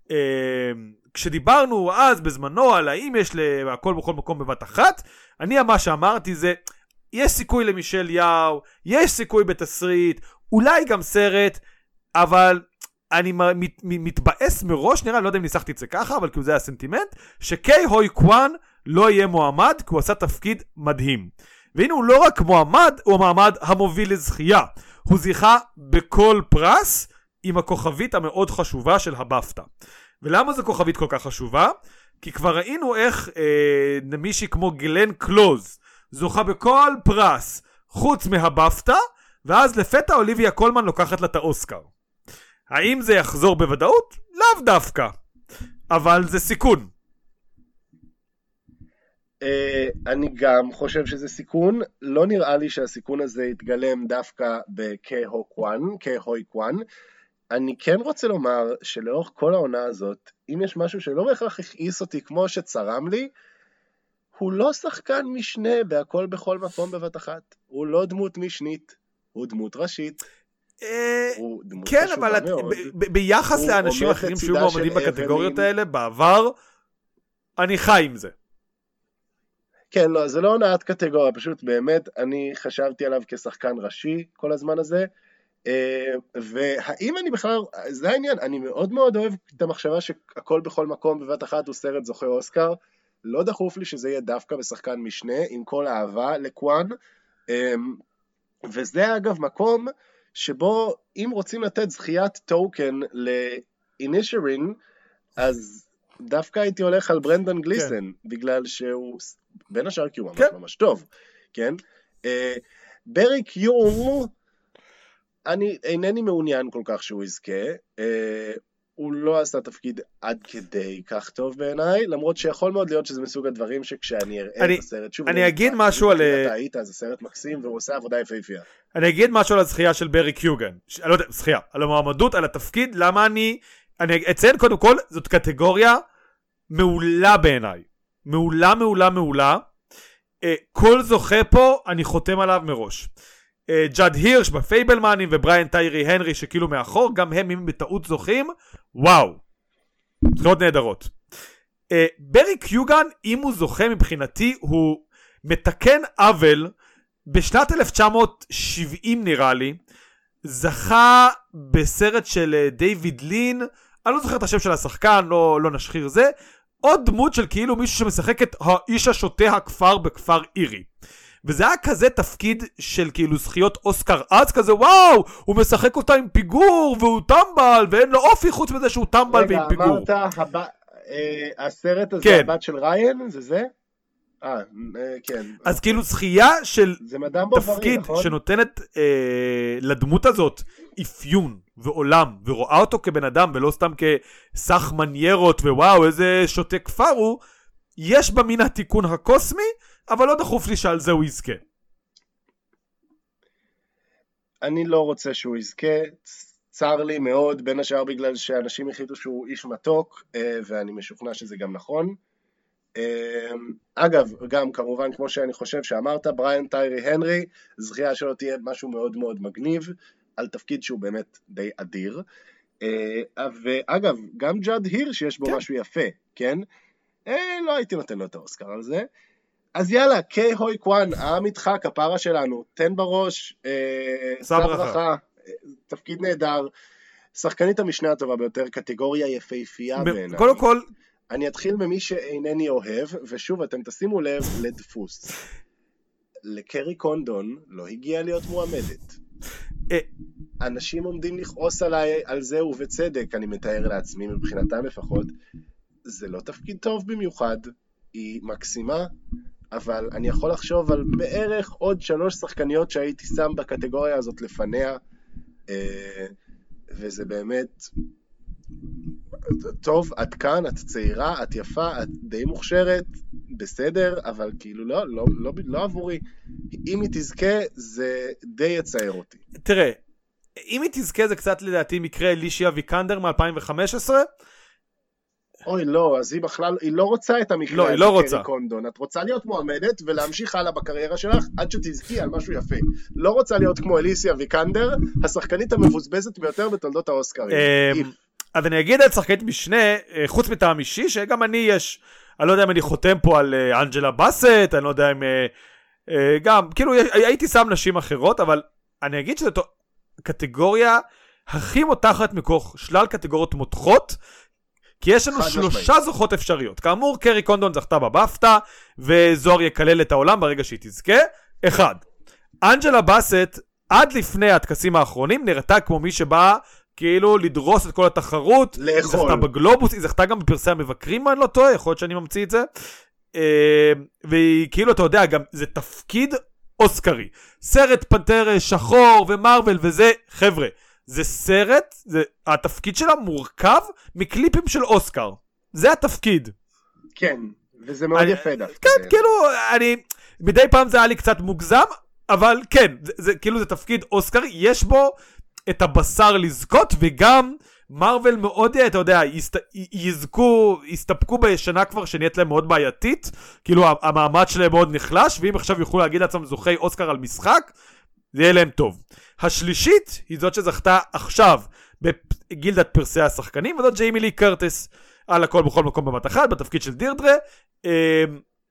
כשדיברנו אז בזמנו על האם יש להכל בכל מקום בבת אחת, מה שאמרתי זה, יש סיכוי למישל יאו, יש סיכוי בתסריט, אולי גם סרט, אבל אני מתבאס מראש, נראה, לא יודע אם ניסחתי את זה ככה, אבל כאילו זה הסנטימנט, שקיי הוי קוואן לא יהיה מועמד, כי הוא עשה תפקיד מדהים. והנה הוא לא רק מועמד, הוא המעמד המוביל לזכייה. הוא זיכה בכל פרס עם הכוכבית המאוד חשובה של הבפטה. ולמה זו כוכבית כל כך חשובה? כי כבר ראינו איך מישהי כמו גלן קלוז זוכה בכל פרס חוץ מהבפטה, ואז לפתע אוליביה קולמן לוקחת לה את האוסקר. האם זה יחזור בוודאות? לאו דווקא. אבל זה סיכון. אני גם חושב שזה סיכון. לא נראה לי שהסיכון הזה יתגלם דווקא כהוי קוואן. אני כן רוצה לומר שלאורך כל העונה הזאת, אם יש משהו שלא בהכרח הכעיס אותי כמו שצרם לי, הוא לא שחקן משנה בהכל בכל מקום בבת אחת. הוא לא דמות משנית, הוא דמות ראשית. כן, אבל ביחס לאנשים אחרים שהיו מועמדים בקטגוריות האלה בעבר, אני חי עם זה. כן, לא, זה לא הונאת קטגוריה, פשוט באמת אני חשבתי עליו כשחקן ראשי כל הזמן הזה, והאם אני בכלל, זה העניין, אני מאוד מאוד אוהב את המחשבה שהכל בכל מקום בבת אחת הוא סרט זוכה אוסקר, לא דחוף לי שזה יהיה דווקא בשחקן משנה, עם כל האהבה לקוואן, וזה אגב מקום שבו אם רוצים לתת זכיית טוקן לאינישרין, אז דווקא הייתי הולך על ברנדן גליסן, בגלל שהוא, בין השאר כי הוא ממש ממש טוב, כן? ברי קיום, אני אינני מעוניין כל כך שהוא יזכה, הוא לא עשה תפקיד עד כדי כך טוב בעיניי, למרות שיכול מאוד להיות שזה מסוג הדברים שכשאני אראה את הסרט, שוב, אני אגיד משהו על... אתה היית, זה סרט מקסים והוא עושה עבודה יפהפייה. אני אגיד משהו על הזכייה של ברי קיוגן, לא יודע, זכייה, על המועמדות, על התפקיד, למה אני אציין קודם כל, זאת קטגוריה מעולה בעיניי, מעולה, כל זוכה פה, אני חותם עליו מראש. ג'אד הירש בפייבלמנים ובריאן טיירי הנרי שכאילו מאחור, גם הם בטעות זוכים, וואו, זכיות נהדרות. ברי קיוגן, אם הוא זוכה מבחינתי, הוא מתקן עוול, בשנת 1970 נראה לי, זכה בסרט של דיוויד לין, אני לא זוכר את השם של השחקן, לא נשחיר זה, עוד דמות של כאילו מישהו שמשחק את האיש השוטה הכפר בכפר אירי. וזה היה כזה תפקיד של כאילו זכיות אוסקר אז כזה, וואו, הוא משחק אותה עם פיגור, והוא טמבל, ואין לו אופי חוץ מזה שהוא טמבל ועם פיגור. רגע, אמרת, הסרט הזה, כן. הבת של ריין, זה? כן. אז כאילו זכייה של תפקיד נכון? שנותנת לדמות הזאת אפיון ועולם, ורואה אותו כבן אדם, ולא סתם כסך מניירות, ווואו, איזה שוטה כפר הוא, יש במין התיקון הקוסמי, אבל לא דחוף לי שעל זה הוא יזכה. אני לא רוצה שהוא יזכה, צר לי מאוד, בין השאר בגלל שאנשים החליטו שהוא איש מתוק, ואני משוכנע שזה גם נכון. אגב, גם כמובן כמו שאני חושב שאמרת, בריאן טיירי הנרי, זכייה שלו תהיה משהו מאוד מאוד מגניב, על תפקיד שהוא באמת די אדיר. ואגב, גם ג'אד הירש יש בו כן. משהו יפה, כן? לא הייתי נותן לו את האוסקר על זה. אז יאללה, קיי הוי קוואן, העם איתך, כפרה שלנו, תן בראש, סע ברכה, תפקיד נהדר, שחקנית המשנה הטובה ביותר, קטגוריה יפהפייה בעיניי. קודם כל, אני אתחיל ממי שאינני אוהב, ושוב, אתם תשימו לב לדפוס. לקרי קונדון לא הגיע להיות מועמדת. אנשים עומדים לכעוס עליי על זה ובצדק, אני מתאר לעצמי, מבחינתם לפחות. זה לא תפקיד טוב במיוחד, היא מקסימה, אבל אני יכול לחשוב על בערך עוד 3 שחקניות שהייתי שם בקטגוריה הזאת לפניה, וזה באמת טוב, את כאן, את צעירה, את יפה, את די מוכשרת, בסדר, אבל כאילו לא עבורי. אם היא תזכה, זה די יצייר אותי. תראה, אם היא תזכה זה קצת לדעתי מקרה אלישיה ויקנדר מ-2015, אוי לא, אז היא בכלל, היא לא רוצה את המקרה. לא, היא לא רוצה. קונדון. את רוצה להיות מועמדת ולהמשיך הלאה בקריירה שלך עד שתזכי על משהו יפה. לא רוצה להיות כמו אליסיה ויקנדר, השחקנית המבוזבזת ביותר בתולדות האוסקרים. אז אני אגיד על שחקנית משנה, חוץ מטעם אישי, שגם אני יש, אני לא יודע אם אני חותם פה על אנג'לה בסט, אני לא יודע אם גם, כאילו הייתי שם נשים אחרות, אבל אני אגיד שזאת קטגוריה הכי מותחת מכוח שלל קטגוריות מותחות, כי יש לנו 3 זוכות אפשריות. כאמור, קרי קונדון זכתה בבפטה, וזוהר יקלל את העולם ברגע שהיא תזכה. 1. אנג'לה בסט, עד לפני הטקסים האחרונים, נראתה כמו מי שבאה כאילו לדרוס את כל התחרות. לאכול. היא זכתה בגלובוס, היא זכתה גם בפרסי המבקרים, אני לא טועה, יכול להיות שאני ממציא את זה. והיא כאילו, אתה יודע, גם זה תפקיד אוסקרי. סרט פנתר שחור ומרוול וזה, חבר'ה. זה סרט, התפקיד שלה מורכב מקליפים של אוסקר. זה התפקיד. כן, וזה מאוד יפה דווקא. כן, כאילו, מדי פעם זה היה לי קצת מוגזם, אבל כן, כאילו זה תפקיד אוסקר, יש בו את הבשר לזכות, וגם מרוול מאוד, אתה יודע, יסתפקו בשנה כבר שנהיית להם מאוד בעייתית, כאילו המעמד שלהם מאוד נחלש, ואם עכשיו יוכלו להגיד לעצמם זוכי אוסקר על משחק, זה יהיה להם טוב. השלישית היא זאת שזכתה עכשיו בגילדת פרסי השחקנים, וזאת ג'יימי לי קרטיס, על הכל בכל מקום בבת אחת, בתפקיד של דירדרה.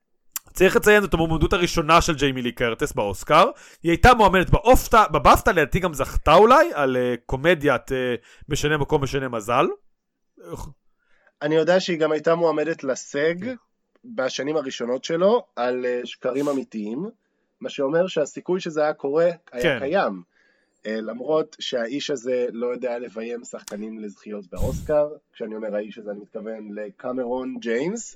צריך לציין את המועמדות הראשונה של ג'יימי לי קרטיס באוסקר. היא הייתה מועמדת בבאפטה, לדעתי גם זכתה אולי, על קומדיית משנה מקום משנה מזל. אני יודע שהיא גם הייתה מועמדת לסג בשנים הראשונות שלו, על שקרים אמיתיים, מה שאומר שהסיכוי שזה היה קורה היה קיים. למרות שהאיש הזה לא יודע לביים שחקנים לזכיות באוסקר, כשאני אומר האיש הזה אני מתכוון לקמרון ג'יימס.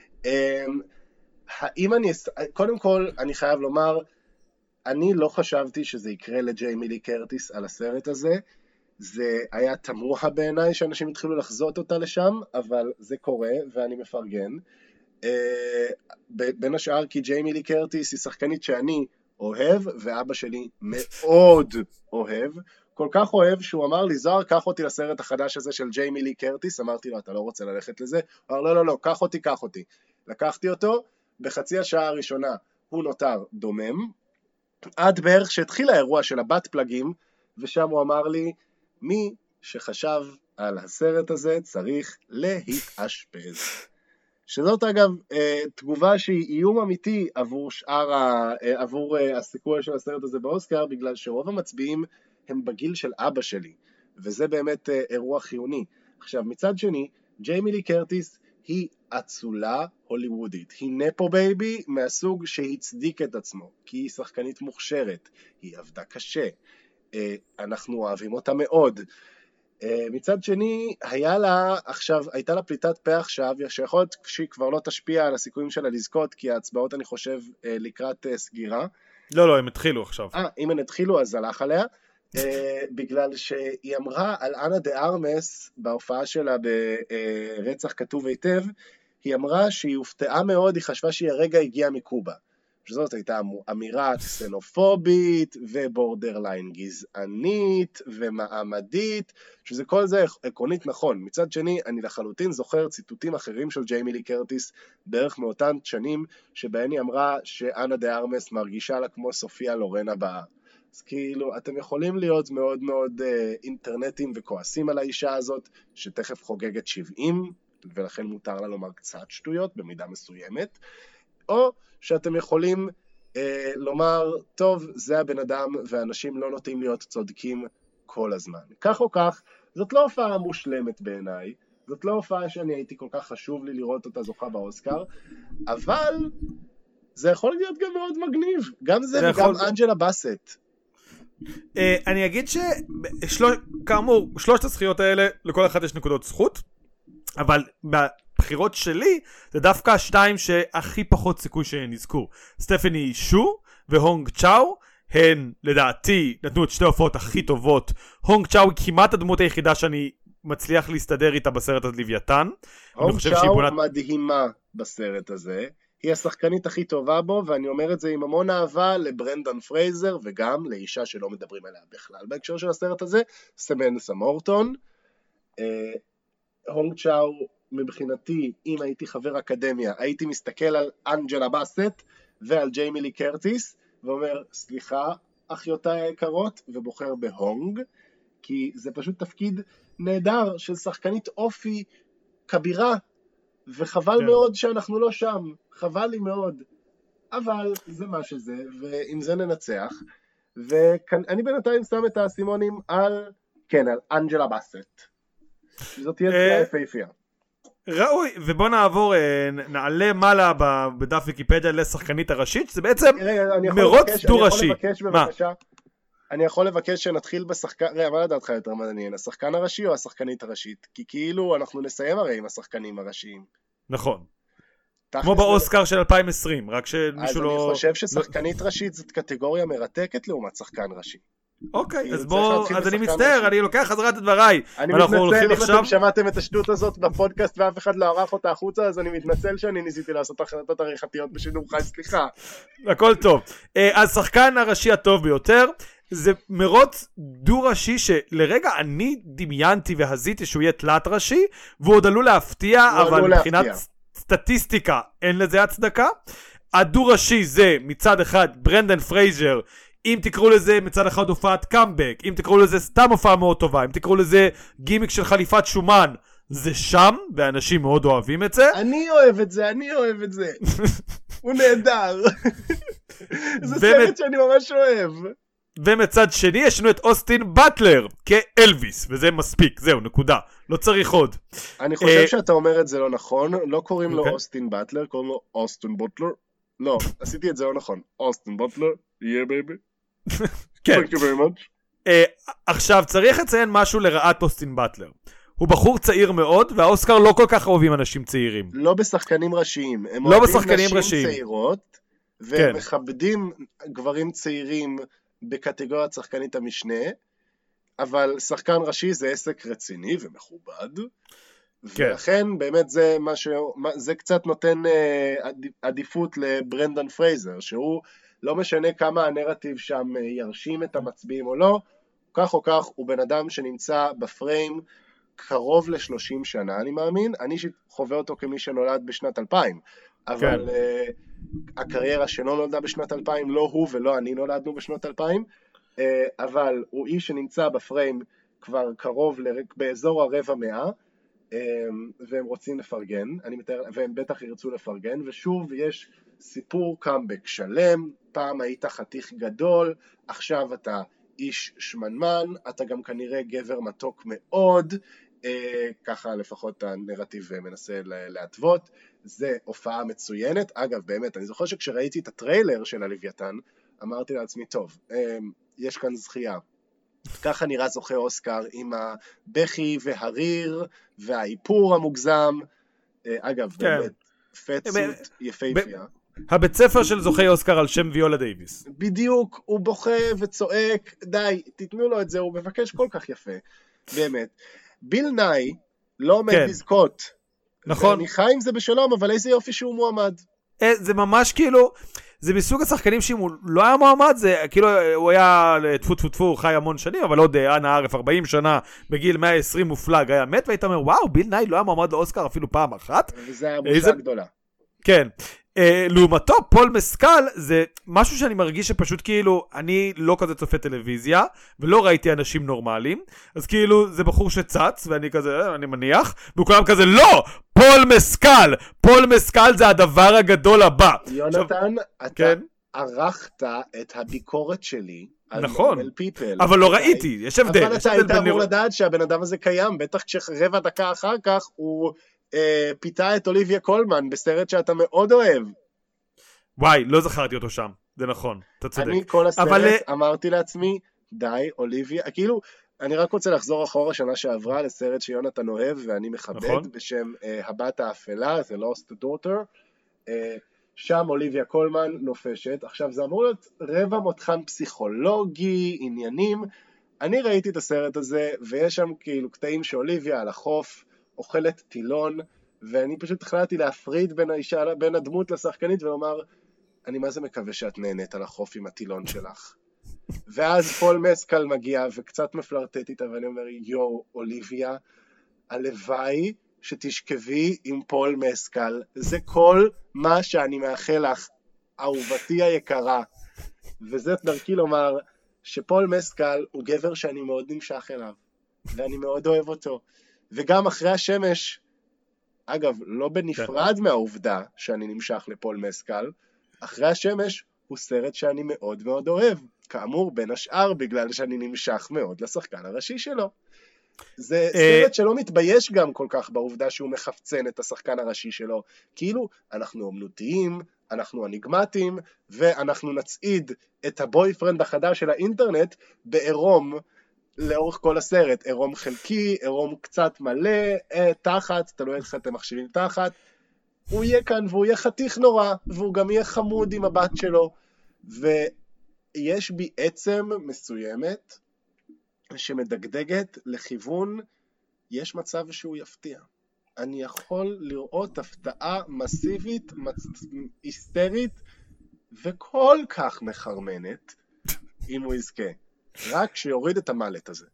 קודם כל אני חייב לומר, אני לא חשבתי שזה יקרה לג'יימי לי קרטיס על הסרט הזה, זה היה תמוה בעיניי שאנשים התחילו לחזות אותה לשם, אבל זה קורה ואני מפרגן. בין השאר כי ג'יימי לי קרטיס היא שחקנית שאני אוהב, ואבא שלי מאוד אוהב, כל כך אוהב שהוא אמר לי, זוהר, קח אותי לסרט החדש הזה של ג'יימי לי קרטיס. אמרתי לו, אתה לא רוצה ללכת לזה? הוא אמר, לא, קח אותי. לקחתי אותו, בחצי השעה הראשונה הוא נותר דומם, עד בערך שהתחיל האירוע של הבת פלגים, ושם הוא אמר לי, מי שחשב על הסרט הזה צריך להתאשפז. שזאת אגב תגובה שהיא איום אמיתי עבור הסיכוי של הסרט הזה באוסקר, בגלל שרוב המצביעים הם בגיל של אבא שלי, וזה באמת אירוע חיוני. עכשיו מצד שני, ג'יימי לי קרטיס היא אצולה הוליוודית, היא נפו בייבי מהסוג שהצדיק את עצמו, כי היא שחקנית מוכשרת, היא עבדה קשה, אנחנו אוהבים אותה מאוד. מצד שני, הייתה לה פליטת פה עכשיו, שיכול להיות שהיא כבר לא תשפיע על הסיכויים שלה לזכות, כי ההצבעות אני חושב לקראת סגירה. לא, הם התחילו עכשיו. אם הם התחילו אז הלך עליה, בגלל שהיא אמרה על אנה דה ארמס, בהופעה שלה ברצח כתוב היטב, היא אמרה שהיא הופתעה מאוד, היא חשבה שהיא הרגע הגיעה מקובה. שזאת הייתה אמירה קסנופובית ובורדרליין גזענית ומעמדית, שזה כל זה עקרונית נכון. מצד שני, אני לחלוטין זוכר ציטוטים אחרים של ג'יימי לי קרטיס בערך מאותן שנים, שבהן היא אמרה שאנה דה ארמס מרגישה לה כמו סופיה לורן הבאה. אז כאילו, אתם יכולים להיות מאוד מאוד אינטרנטים וכועסים על האישה הזאת, שתכף חוגגת 70, ולכן מותר לה לומר קצת שטויות במידה מסוימת, או שאתם יכולים לומר, טוב, זה הבן אדם, ואנשים לא נוטים להיות צודקים כל הזמן. כך או כך, זאת לא הופעה מושלמת בעיניי, זאת לא הופעה שאני הייתי כל כך חשוב לי לראות אותה זוכה באוסקר, אבל זה יכול להיות גם מאוד מגניב, גם זה וגם אנג'לה בסט. אני אגיד כאמור, שלושת הזכיות האלה, לכל אחד יש נקודות זכות, אבל בבחירות שלי, זה דווקא השתיים שהכי פחות סיכוי שנזכו. סטפני שו והונג צ'או, הן לדעתי נתנו את שתי הופעות הכי טובות. הונג צ'או היא כמעט הדמות היחידה שאני מצליח להסתדר איתה בסרט הלוויתן. הונג צ'או מדהימה בסרט הזה. היא השחקנית הכי טובה בו, ואני אומר את זה עם המון אהבה לברנדן פרייזר, וגם לאישה שלא מדברים עליה בכלל בהקשר של הסרט הזה, סמנסה מורטון. הונג צ'או, מבחינתי, אם הייתי חבר אקדמיה, הייתי מסתכל על אנג'לה בסט ועל ג'יימי לי קרטיס, ואומר, סליחה, אחיותיי היקרות, ובוחר בהונג, כי זה פשוט תפקיד נהדר של שחקנית אופי כבירה, וחבל מאוד שאנחנו לא שם, חבל לי מאוד, אבל זה מה שזה, ועם זה ננצח, ואני בינתיים שם את האסימונים על אנג'לה בסט, שזאת תהיה תחייה יפהפייה. ראוי, ובוא נעבור, נעלה מעלה בדף ויקיפדיה לשחקנית הראשית, שזה בעצם מרוץ דו ראשי. אני יכול לבקש שנתחיל בשחקן, מה לדעתך יותר מעניין, השחקן הראשי או השחקנית הראשית? כי כאילו אנחנו נסיים הרי עם השחקנים הראשיים. נכון. כמו באוסקר של 2020, רק שמישהו לא... אז אני חושב ששחקנית ראשית זאת קטגוריה מרתקת לעומת שחקן ראשי. אוקיי, אז אז אני מצטער, אני לוקח חזרת את דבריי. אני מתנצל אם אתם שמעתם את השטות הזאת בפודקאסט ואף אחד לא ערך אותה החוצה, אז אני מתנצל שאני ניסיתי לעשות החלטות עריכתיות בשידור חי, סליחה. הכל טוב. אז שחקן הראשי הטוב ביותר, זה מרוץ דו ראשי שלרגע אני דמיינתי והזיתי שהוא יהיה תלת ראשי, והוא עוד עלול להפתיע, אבל מבחינת סטטיסטיקה אין לזה הצדקה. הדו ראשי זה מצד אחד ברנדן פרייזר, אם תקראו לזה מצד אחד הופעת קאמבק, אם תקראו לזה סתם הופעה מאוד טובה, אם תקראו לזה גימיק של חליפת שומן, זה שם, ואנשים מאוד אוהבים את זה. אני אוהב את זה. הוא נהדר. זה סרט שאני ממש אוהב. ומצד שני יש לנו את אוסטין באטלר כאלוויס, וזה מספיק, זהו, נקודה. לא צריך עוד. אני חושב שאתה אומר את זה לא נכון, לא קוראים לו אוסטין באטלר, קוראים לו אוסטין באטלר. לא, עשיתי את זה לא נכון. אוסטין באטלר, yeah baby. כן. Thank you very much. עכשיו, צריך לציין משהו לרעת אוסטין באטלר. הוא בחור צעיר מאוד, והאוסקר לא כל כך אוהבים אנשים צעירים. לא בשחקנים ראשיים. הם לא אוהבים בשחקנים נשים ראשיים. צעירות, והם מכבדים גברים צעירים בקטגוריית שחקנית המשנה, אבל שחקן ראשי זה עסק רציני ומכובד, ולכן באמת זה קצת נותן עדיפות לברנדן פרייזר, שהוא לא משנה כמה הנרטיב שם ירשים את המצביעים או לא, כך או כך הוא בן אדם שנמצא בפריים קרוב ל-30 שנה, אני מאמין, אני חווה אותו כמי שנולד בשנת 2000, אבל הקריירה שלו נולדה בשנת 2000, לא הוא ולא אני נולדנו בשנות 2000, אבל הוא איש שנמצא בפריים כבר קרוב באזור הרבע מאה, והם רוצים לפרגן, והם בטח ירצו לפרגן, ושוב יש סיפור קאמבק שלם, פעם היית חתיך גדול, עכשיו אתה איש שמנמן, אתה גם כנראה גבר מתוק מאוד, ככה לפחות הנרטיב מנסה להתוות, זה הופעה מצוינת, אגב באמת, אני זוכר שכשראיתי את הטריילר של הלוויתן, אמרתי לעצמי, טוב, יש כאן זכייה, ככה נראה זוכה אוסקר עם הבכי והריר והאיפור המוגזם, אגב באמת, פטסות יפהפייה. הבית ספר של זוכי אוסקר על שם ויולה דייביס. בדיוק, הוא בוכה וצועק, די, תיתנו לו את זה, הוא מבקש כל כך יפה, באמת. ביל נאי לא עומד לזכות. נכון. ואני חי עם זה בשלום, אבל איזה יופי שהוא מועמד. זה ממש כאילו, זה מסוג השחקנים שאם הוא לא היה מועמד, זה כאילו הוא היה טפו טפו טפו, חי המון שנים, אבל עוד אנה ערף 40 שנה, בגיל 120 מופלג, היה מת, והיית אומר, וואו, ביל נאי לא היה מועמד לאוסקר אפילו פעם אחת. וזה היה בושה גדולה. כן. לעומתו, פול מסקל זה משהו שאני מרגיש שפשוט כאילו אני לא כזה צופה טלוויזיה ולא ראיתי אנשים נורמליים, אז כאילו זה בחור שצץ ואני כזה, אני מניח, וכולם כזה לא, פול מסקל זה הדבר הגדול הבא. יונתן, אתה ערכת את הביקורת שלי על נורמל פיפל. אבל לא ראיתי, יש הבדל. אבל אתה היית אמור לדעת שהבן אדם הזה קיים, בטח כשרבע דקה אחר כך הוא פיתה את אוליביה קולמן בסרט שאתה מאוד אוהב. וואי, לא זכרתי אותו שם, זה נכון, אתה צודק. אני כל הסרט אמרתי לעצמי, די, אוליביה, כאילו, אני רק רוצה לחזור אחורה שנה שעברה לסרט שיונתן אוהב ואני מכבד, בשם הבת האפלה, The Lost Daughter, שם אוליביה קולמן נופשת, עכשיו זה אמור להיות רבע מותחן פסיכולוגי, עניינים, אני ראיתי את הסרט הזה, ויש שם כאילו קטעים שאוליביה על החוף, אוכלת טילון, ואני פשוט החלטתי להפריד בין הדמות לשחקנית, ולומר, אני מה זה מקווה שאת נהנית על החוף עם הטילון שלך. ואז פול מסקל מגיע, וקצת מפלרטט איתה, ואני אומר, יו, אוליביה, הלוואי שתשכבי עם פול מסקל, זה כל מה שאני מאחל לך, אהובתי היקרה. וזה דרכי לומר, שפול מסקל הוא גבר שאני מאוד נמשך אליו, ואני מאוד אוהב אותו. וגם אחרי השמש, אגב, לא בנפרד מהעובדה שאני נמשך לפול מסקל, אחרי השמש הוא סרט שאני מאוד מאוד אוהב, כאמור בין השאר בגלל שאני נמשך מאוד לשחקן הראשי שלו. זה סרט שלא מתבייש גם כל כך בעובדה שהוא מחפצן את השחקן הראשי שלו, כאילו אנחנו אומנותיים, אנחנו אניגמטיים, ואנחנו נצעיד את הבויפרנד החדש של האינטרנט בעירום, לאורך כל הסרט, עירום חלקי, עירום קצת מלא, תחת, תלוי איך אתם מחשיבים תחת, הוא יהיה כאן והוא יהיה חתיך נורא, והוא גם יהיה חמוד עם הבת שלו, ויש בי עצם מסוימת, שמדגדגת לכיוון, יש מצב שהוא יפתיע. אני יכול לראות הפתעה מסיבית, היסטרית, וכל כך מחרמנת, אם הוא יזכה. רק שיוריד את המלט הזה.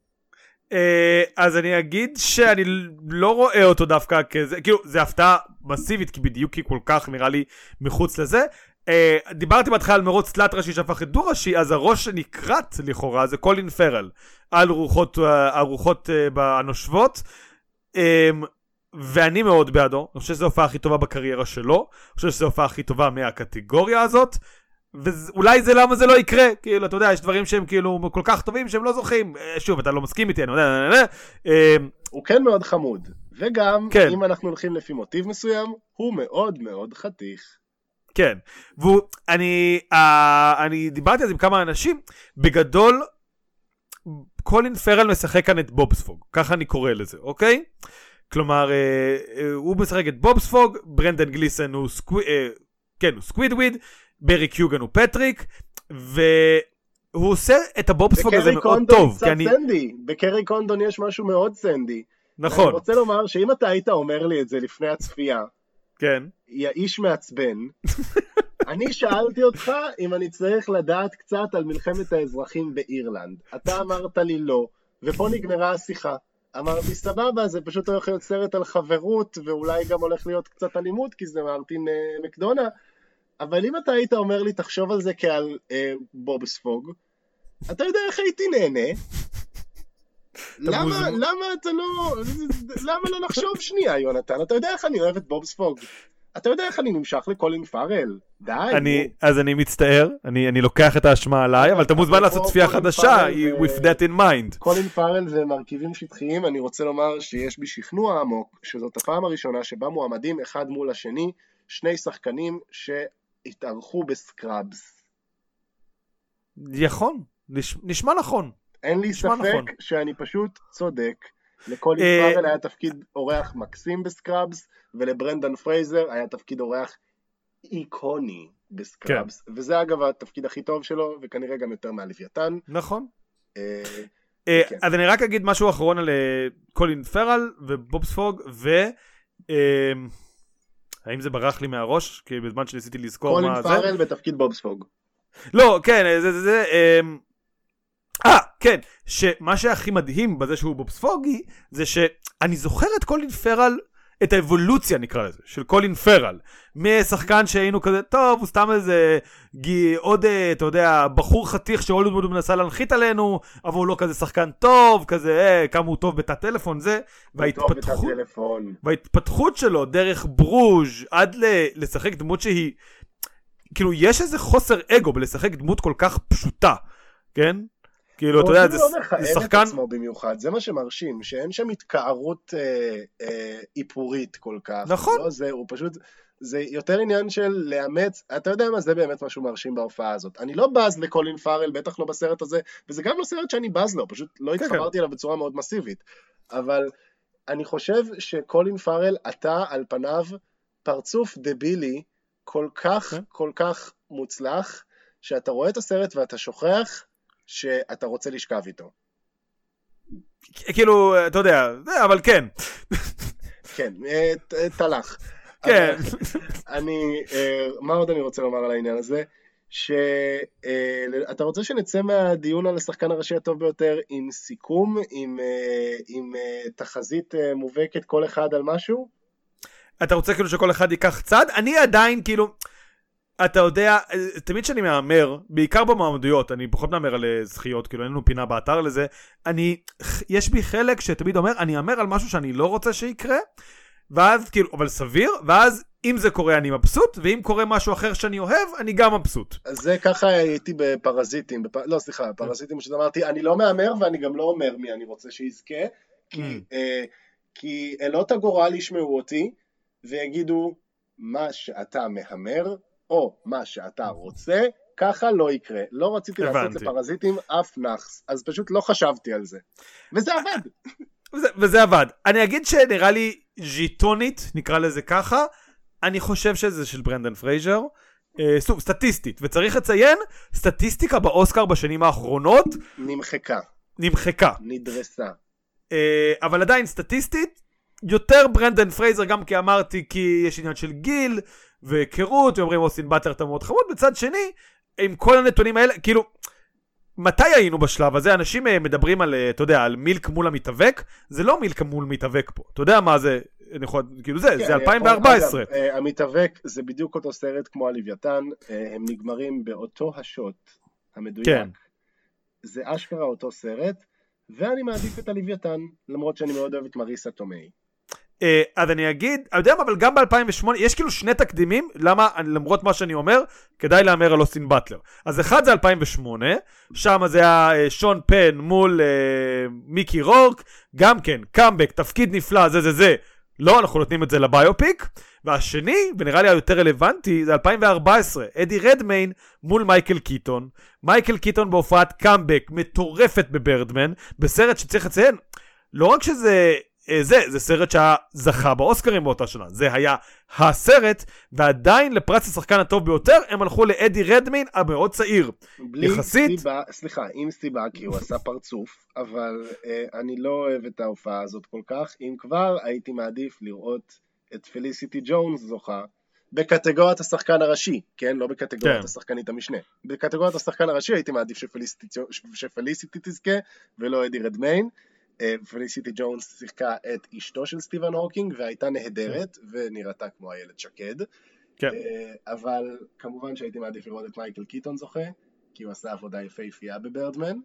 אז אני אגיד שאני לא רואה אותו דווקא כזה, כאילו זה הפתעה מסיבית, כי בדיוק היא כל כך נראה לי מחוץ לזה. דיברתי בהתחלה על מרוץ תלת ראשי שהפך את דו ראשי, אז הראש שנקראת לכאורה זה קולין פרל, על הרוחות הנושבות, ואני מאוד בעדו, אני חושב שזו ההופעה הכי טובה בקריירה שלו, אני חושב שזו ההופעה הכי טובה מהקטגוריה הזאת, ואולי זה למה זה לא יקרה, כאילו, אתה יודע, יש דברים שהם כאילו כל כך טובים שהם לא זוכים, שוב, אתה לא מסכים איתי, אני יודע, הוא כן מאוד חמוד, וגם, כן. אם אנחנו הולכים לפי מוטיב מסוים, הוא מאוד מאוד חתיך. כן, אני דיברתי על זה עם כמה אנשים, בגדול, קולין פרל משחק כאן את בובספוג, ככה אני קורא לזה, אוקיי? כלומר, הוא משחק את בובספוג, ברנדן גליסן הוא סקווידוויד, ברי קיוגן הוא פטריק, והוא עושה את הבובספוג הזה מאוד טוב. בקרי קונדון יש משהו מאוד סנדי. נכון. אני רוצה לומר שאם אתה היית אומר לי את זה לפני הצפייה, כן. יא איש מעצבן, אני שאלתי אותך אם אני צריך לדעת קצת על מלחמת האזרחים באירלנד. אתה אמרת לי לא, ופה נגמרה השיחה. אמרתי סבבה, זה פשוט הולך להיות סרט על חברות, ואולי גם הולך להיות קצת אלימות, כי זה מרטין מקדונה, אבל אם אתה היית אומר לי תחשוב על זה כעל בובספוג, אתה יודע איך הייתי נהנה? למה אתה לא... למה לא לחשוב שנייה, יונתן? אתה יודע איך אני אוהב את בובספוג? אתה יודע איך אני נמשך לקולין פארל? די. אז אני מצטער, אני לוקח את האשמה עליי, אבל אתה מוזמן לעשות צפייה חדשה, with that in mind. קולין פארל זה מרכיבים שטחיים, אני רוצה לומר שיש בי שכנוע עמוק, שזאת הפעם הראשונה שבה מועמדים אחד מול השני, שני שחקנים שהתארחו בסקראבס. נכון, נשמע נכון. אין לי ספק שאני פשוט צודק. לקולין פארל היה תפקיד אורח מקסים בסקראבס, ולברנדן פרייזר היה תפקיד אורח איקוני בסקראבס, וזה אגב התפקיד הכי טוב שלו, וכנראה גם יותר מהלוויתן. נכון. אז אני רק אגיד משהו אחרון על קולין פארל ובובספוג, האם זה ברח לי מהראש? כי בזמן שניסיתי לזכור מה זה. קולין פארל בתפקיד בובספוג. לא, כן, כן, שמה שהכי מדהים בזה שהוא בובספוגי, זה שאני זוכר את קולין פארל, את האבולוציה נקרא לזה, של קולין פארל, משחקן שהיינו כזה, טוב, הוא סתם איזה, עוד, אתה יודע, בחור חתיך שהוליווד מנסה להנחית עלינו, אבל הוא לא כזה שחקן טוב, כזה, כמה הוא טוב בתת טלפון, זה, וההתפתחות שלו, דרך ברוז' עד לשחק דמות שהיא, כאילו, יש איזה חוסר אגו בלשחק דמות כל כך פשוטה, כן? כאילו, אתה יודע, זה שחקן... עצמו במיוחד, זה מה שמרשים, שאין שם התקערות איפורית כל כך. נכון. לא זה, הוא פשוט, זה יותר עניין של לאמץ, אתה יודע מה, זה באמת משהו מרשים בהופעה הזאת. אני לא בז לקולין פארל, בטח לא בסרט הזה, וזה גם לא סרט שאני בז לו, פשוט לא התחברתי אליו בצורה מאוד מסיבית. אבל אני חושב שקולין פארל, אתה על פניו פרצוף דבילי, כל כך מוצלח, שאתה רואה את הסרט ואתה שוכח, שאתה רוצה לשכב איתו. כאילו, אתה יודע, אבל כן. כן, תלך. כן. מה עוד אני רוצה לומר על העניין הזה? שאתה רוצה שנצא מהדיון על השחקן הראשי הטוב ביותר עם סיכום, עם תחזית מובהקת כל אחד על משהו? אתה רוצה כאילו שכל אחד ייקח צד? אני עדיין כאילו... אתה יודע, תמיד שאני מאמר, בעיקר במעמדויות, אני פחות מאמר על זכיות, כאילו אין לנו פינה באתר לזה, יש בי חלק שתמיד אומר, אני אאמר על משהו שאני לא רוצה שיקרה, ואז כאילו, אבל סביר, ואז אם זה קורה אני מבסוט, ואם קורה משהו אחר שאני אוהב, אני גם מבסוט. אז זה ככה הייתי בפרזיטים, לא סליחה, פרזיטים שאת אמרתי, אני לא מאמר ואני גם לא אומר מי אני רוצה שיזכה, כי אלות הגורל ישמעו אותי, ויגידו, מה שאתה מהמר, או מה שאתה רוצה, ככה לא יקרה. לא רציתי לעשות לפרזיטים אף נחס, אז פשוט לא חשבתי על זה. וזה עבד. וזה עבד. אני אגיד שנראה לי ז'יטונית, נקרא לזה ככה, אני חושב שזה של ברנדן פרייזר, סטטיסטית, וצריך לציין, סטטיסטיקה באוסקר בשנים האחרונות, נמחקה. נדרסה. אבל עדיין סטטיסטית, יותר ברנדן פרייזר, גם כי אמרתי, כי יש עניין של גיל, והיכרות, ואומרים אוסטין באטלר אתה מאוד חמוד, בצד שני, עם כל הנתונים האלה, כאילו, מתי היינו בשלב הזה? אנשים מדברים על, אתה יודע, על מילק מול המתאבק, זה לא מילק מול מתאבק פה, אתה יודע מה זה, כאילו זה 2014. המתאבק זה בדיוק אותו סרט כמו הלוויתן, הם נגמרים באותו השוט המדויק, זה אשכרה אותו סרט, ואני מעדיף את הלוויתן, למרות שאני מאוד אוהב את מריסה טומאי. אז אני אגיד, אני יודע, אבל גם ב-2008 יש כאילו שני תקדימים, למה, למרות מה שאני אומר, כדאי לאמר על אוסטין באטלר. אז אחד זה 2008, שם זה היה שון פן מול מיקי רורק, גם כן, קאמבק, תפקיד נפלא, זה. לא, אנחנו נותנים את זה לביופיק. והשני, ונראה לי היותר רלוונטי, זה 2014, אדי רדמיין מול מייקל קיטון. מייקל קיטון בהופעת קאמבק מטורפת בברדמן, בסרט שצריך לציין, לא רק שזה... זה סרט שזכה באוסקרים באותה שנה, זה היה הסרט, ועדיין לפרס השחקן הטוב ביותר הם הלכו לאדי רדמיין המאוד צעיר. בלי יחסית... סיבה, סליחה, עם סיבה, כי הוא עשה פרצוף, אבל אני לא אוהב את ההופעה הזאת כל כך. אם כבר, הייתי מעדיף לראות את פליסיטי ג'ונס זוכה בקטגוריית השחקן הראשי, כן? לא בקטגוריית השחקנית המשנה. בקטגוריית השחקן הראשי הייתי מעדיף שפליסיטי תזכה ולא אדי רדמיין. פליסיטי ג'ונס שיחקה את אשתו של סטיבן הוקינג והייתה נהדרת ונראתה כמו איילת שקד, אבל כמובן שהייתי מעדיף לראות את מייקל קיטון זוכה, כי הוא עשה עבודה יפהפייה בברדמן.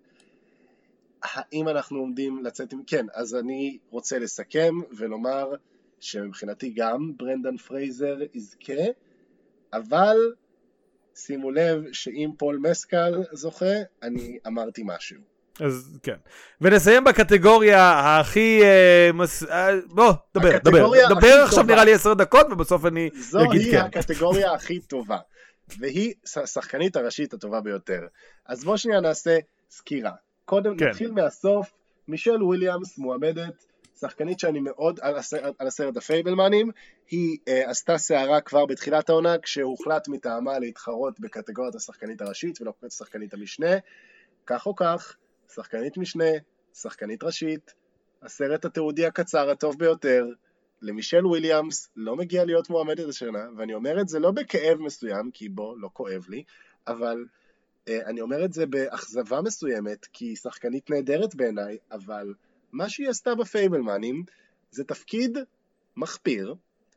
האם אנחנו עומדים לצאת עם... כן, אז אני רוצה לסכם ולומר שמבחינתי גם ברנדן פרייזר יזכה, אבל שימו לב שאם פול מסקל זוכה, אני אמרתי משהו. אז כן. ונסיים בקטגוריה הכי... בוא, דבר עכשיו נראה לי 10 דקות, ובסוף אני אגיד כן. זוהי הקטגוריה הכי טובה, והיא השחקנת הראשית הטובה ביותר. אז בוא שנייה נעשה סקירה. קודם נתחיל מהסוף, מישל וויליאמס מועמדת, שחקנית שאני מאוד על הסרט הפייבלמנים, היא עשתה שערה כבר בתחילת העונה, כשהוחלט מטעמה להתחרות בקטגוריית השחקנית הראשית, ולא השחקנית המשנה. כך או כך, שחקנית משנה, שחקנית ראשית, הסרט התיעודי הקצר הטוב ביותר, למישל וויליאמס לא מגיע להיות מועמדת השנה, ואני אומר את זה לא בכאב מסוים, כי בו לא כואב לי, אבל אני אומר את זה באכזבה מסוימת, כי היא שחקנית נהדרת בעיניי, אבל מה שהיא עשתה בפייבלמנים, זה תפקיד מחפיר,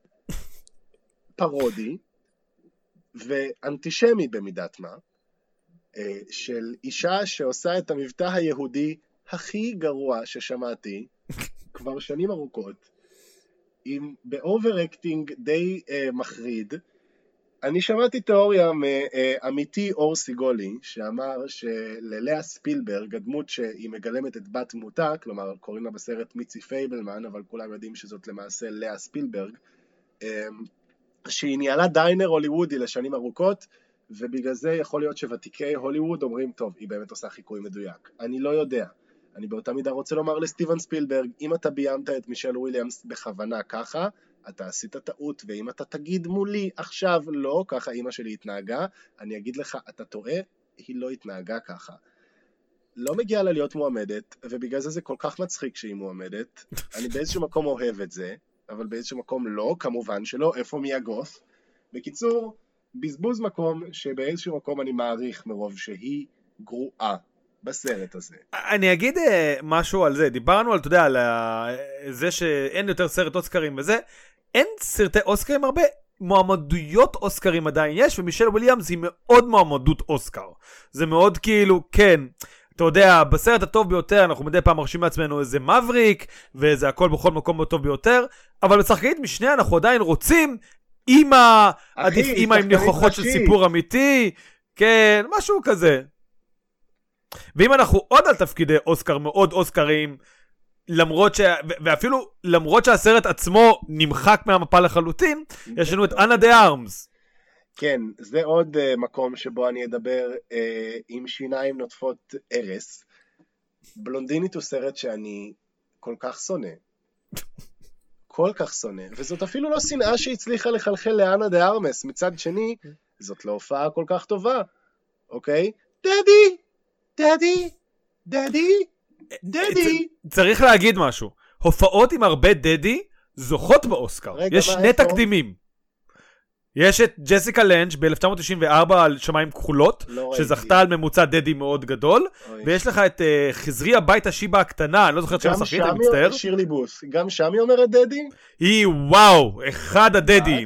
פרודי, ואנטישמי במידת מה, של אישה שעושה את המבטא היהודי הכי גרוע ששמעתי כבר שנים ארוכות, עם באוברקטינג די מחריד. אני שמעתי תיאוריה מאמיתי אור סיגולי, שאמר שללאה ספילברג, הדמות שהיא מגלמת את בת מותה, כלומר קוראים לה בסרט מיצי פייבלמן, אבל כולם יודעים שזאת למעשה לאה ספילברג, שהיא ניהלה דיינר הוליוודי לשנים ארוכות, ובגלל זה יכול להיות שוותיקי הוליווד אומרים, טוב, היא באמת עושה חיקוי מדויק. אני לא יודע. אני באותה מידה רוצה לומר לסטיבן ספילברג, אם אתה ביימת את מישל וויליאמס בכוונה ככה, אתה עשית טעות, ואם אתה תגיד מולי עכשיו לא, ככה אמא שלי התנהגה, אני אגיד לך, אתה טועה, היא לא התנהגה ככה. לא מגיעה לה להיות מועמדת, ובגלל זה כל כך מצחיק שהיא מועמדת. אני באיזשהו מקום אוהב את זה, אבל באיזשהו מקום לא, כמובן שלא, איפה מי הגוס. בקיצור, בזבוז מקום שבאיזשהו מקום אני מעריך מרוב שהיא גרועה בסרט הזה. אני אגיד משהו על זה, דיברנו על, אתה יודע, על זה שאין יותר סרט אוסקרים וזה, אין סרטי אוסקרים הרבה, מועמדויות אוסקרים עדיין יש, ומישל וויליאמס היא מאוד מועמדות אוסקר. זה מאוד כאילו, כן, אתה יודע, בסרט הטוב ביותר, אנחנו מדי פעם מרשים לעצמנו איזה מבריק, וזה הכל בכל מקום הטוב ביותר, אבל בשחקנית משנה אנחנו עדיין רוצים, אמא, עדיף אמא עם ניחוחות של סיפור אמיתי, כן, משהו כזה. ואם אנחנו עוד על תפקידי אוסקר מאוד אוסקרים, ואפילו למרות שהסרט עצמו נמחק מהמפה לחלוטין, יש לנו את אנה דה ארמס. כן, זה עוד מקום שבו אני אדבר עם שיניים נוטפות ארס. בלונדינית הוא סרט שאני כל כך שונא. כל כך שונא, וזאת אפילו לא שנאה שהצליחה לחלחל לאנה דה ארמס. מצד שני, זאת לא הופעה כל כך טובה. אוקיי? דדי! דדי! דדי! דדי! צריך להגיד משהו. הופעות עם הרבה דדי זוכות באוסקר. יש שני תקדימים. יש את ג'סיקה לנץ' ב-1994 על שמיים כחולות, שזכתה על ממוצע דדי מאוד גדול, ויש לך את חזרי הביתה שיבה הקטנה, אני לא זוכרת שם שחית, אני מצטער. שירלי בוס, גם שם היא אומרת דדי? היא וואו, אחד הדדים.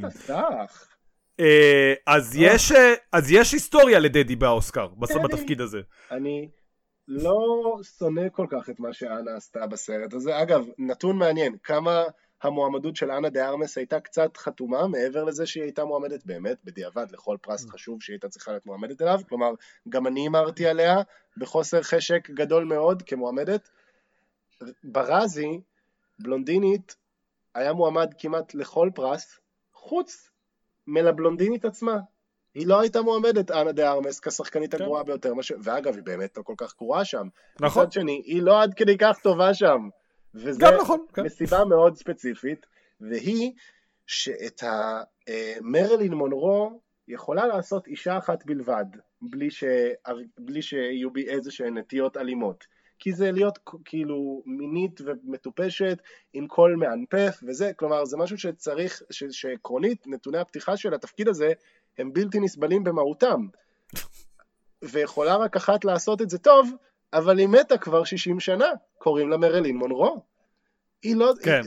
אז יש היסטוריה לדדי באוסקר, בתפקיד הזה. אני לא שונא כל כך את מה שאנה עשתה בסרט הזה. אגב, נתון מעניין, כמה המועמדות של אנה דה ארמס הייתה קצת חתומה, מעבר לזה שהיא הייתה מועמדת באמת, בדיעבד לכל פרס חשוב שהיא הייתה צריכה להיות מועמדת אליו, כלומר, גם אני אמרתי עליה בחוסר חשק גדול מאוד כמועמדת. ברזי, בלונדינית, היה מועמד כמעט לכל פרס, חוץ מלבלונדינית עצמה. היא לא הייתה מועמדת, אנה דה ארמס, כשחקנית הגרועה ביותר, ואגב, היא באמת לא כל כך גרועה שם. נכון. מצד שני, היא לא עד כדי כך טובה שם. וזה נכון, מסיבה מאוד ספציפית, והיא שאת מרילין מונרו יכולה לעשות אישה אחת בלבד, בלי שיהיו בי איזה שהן נטיות אלימות. כי זה להיות כאילו מינית ומטופשת עם קול מאנפף וזה, כלומר זה משהו שצריך, שעקרונית נתוני הפתיחה של התפקיד הזה הם בלתי נסבלים במהותם, ויכולה רק אחת לעשות את זה טוב, אבל היא מתה כבר 60 שנה, קוראים לה מרילין מונרו. היא לא, כן.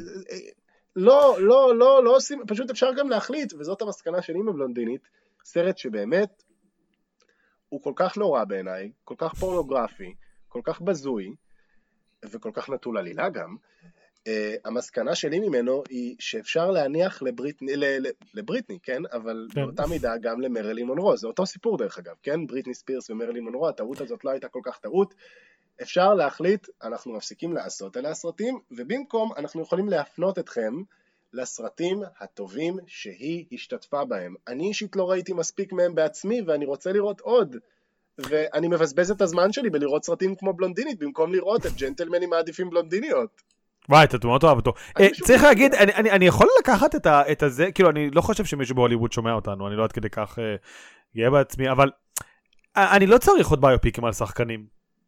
לא עושים, פשוט אפשר גם להחליט, וזאת המסקנה שלי מבלונדינית, סרט שבאמת הוא כל כך לא רע בעיניי, כל כך פורנוגרפי, כל כך בזוי, וכל כך נטול עלילה גם, המסקנה שלי ממנו היא שאפשר להניח לבריטני, כן? אבל באותה מידה גם למרילין מונרו, זה אותו סיפור דרך אגב, כן? בריטני ספירס ומרילין מונרו, הטעות הזאת לא הייתה כל כך טעות, אפשר להחליט, אנחנו מפסיקים לעשות אלה הסרטים, ובמקום אנחנו יכולים להפנות אתכם לסרטים הטובים שהיא השתתפה בהם. אני אישית לא ראיתי מספיק מהם בעצמי, ואני רוצה לראות עוד, ואני מבזבז את הזמן שלי בלראות סרטים כמו בלונדינית, במקום לראות את ג'נטלמנים מעדיפים בלונדיניות. וואי, אתה מאוד אוהב אותו. צריך להגיד, אני יכול לקחת את זה, כאילו אני לא חושב שמישהו בהוליווד שומע אותנו, אני לא עד כדי כך גאה בעצמי, אבל אני לא צריך עוד ביופיקים על שחקנים.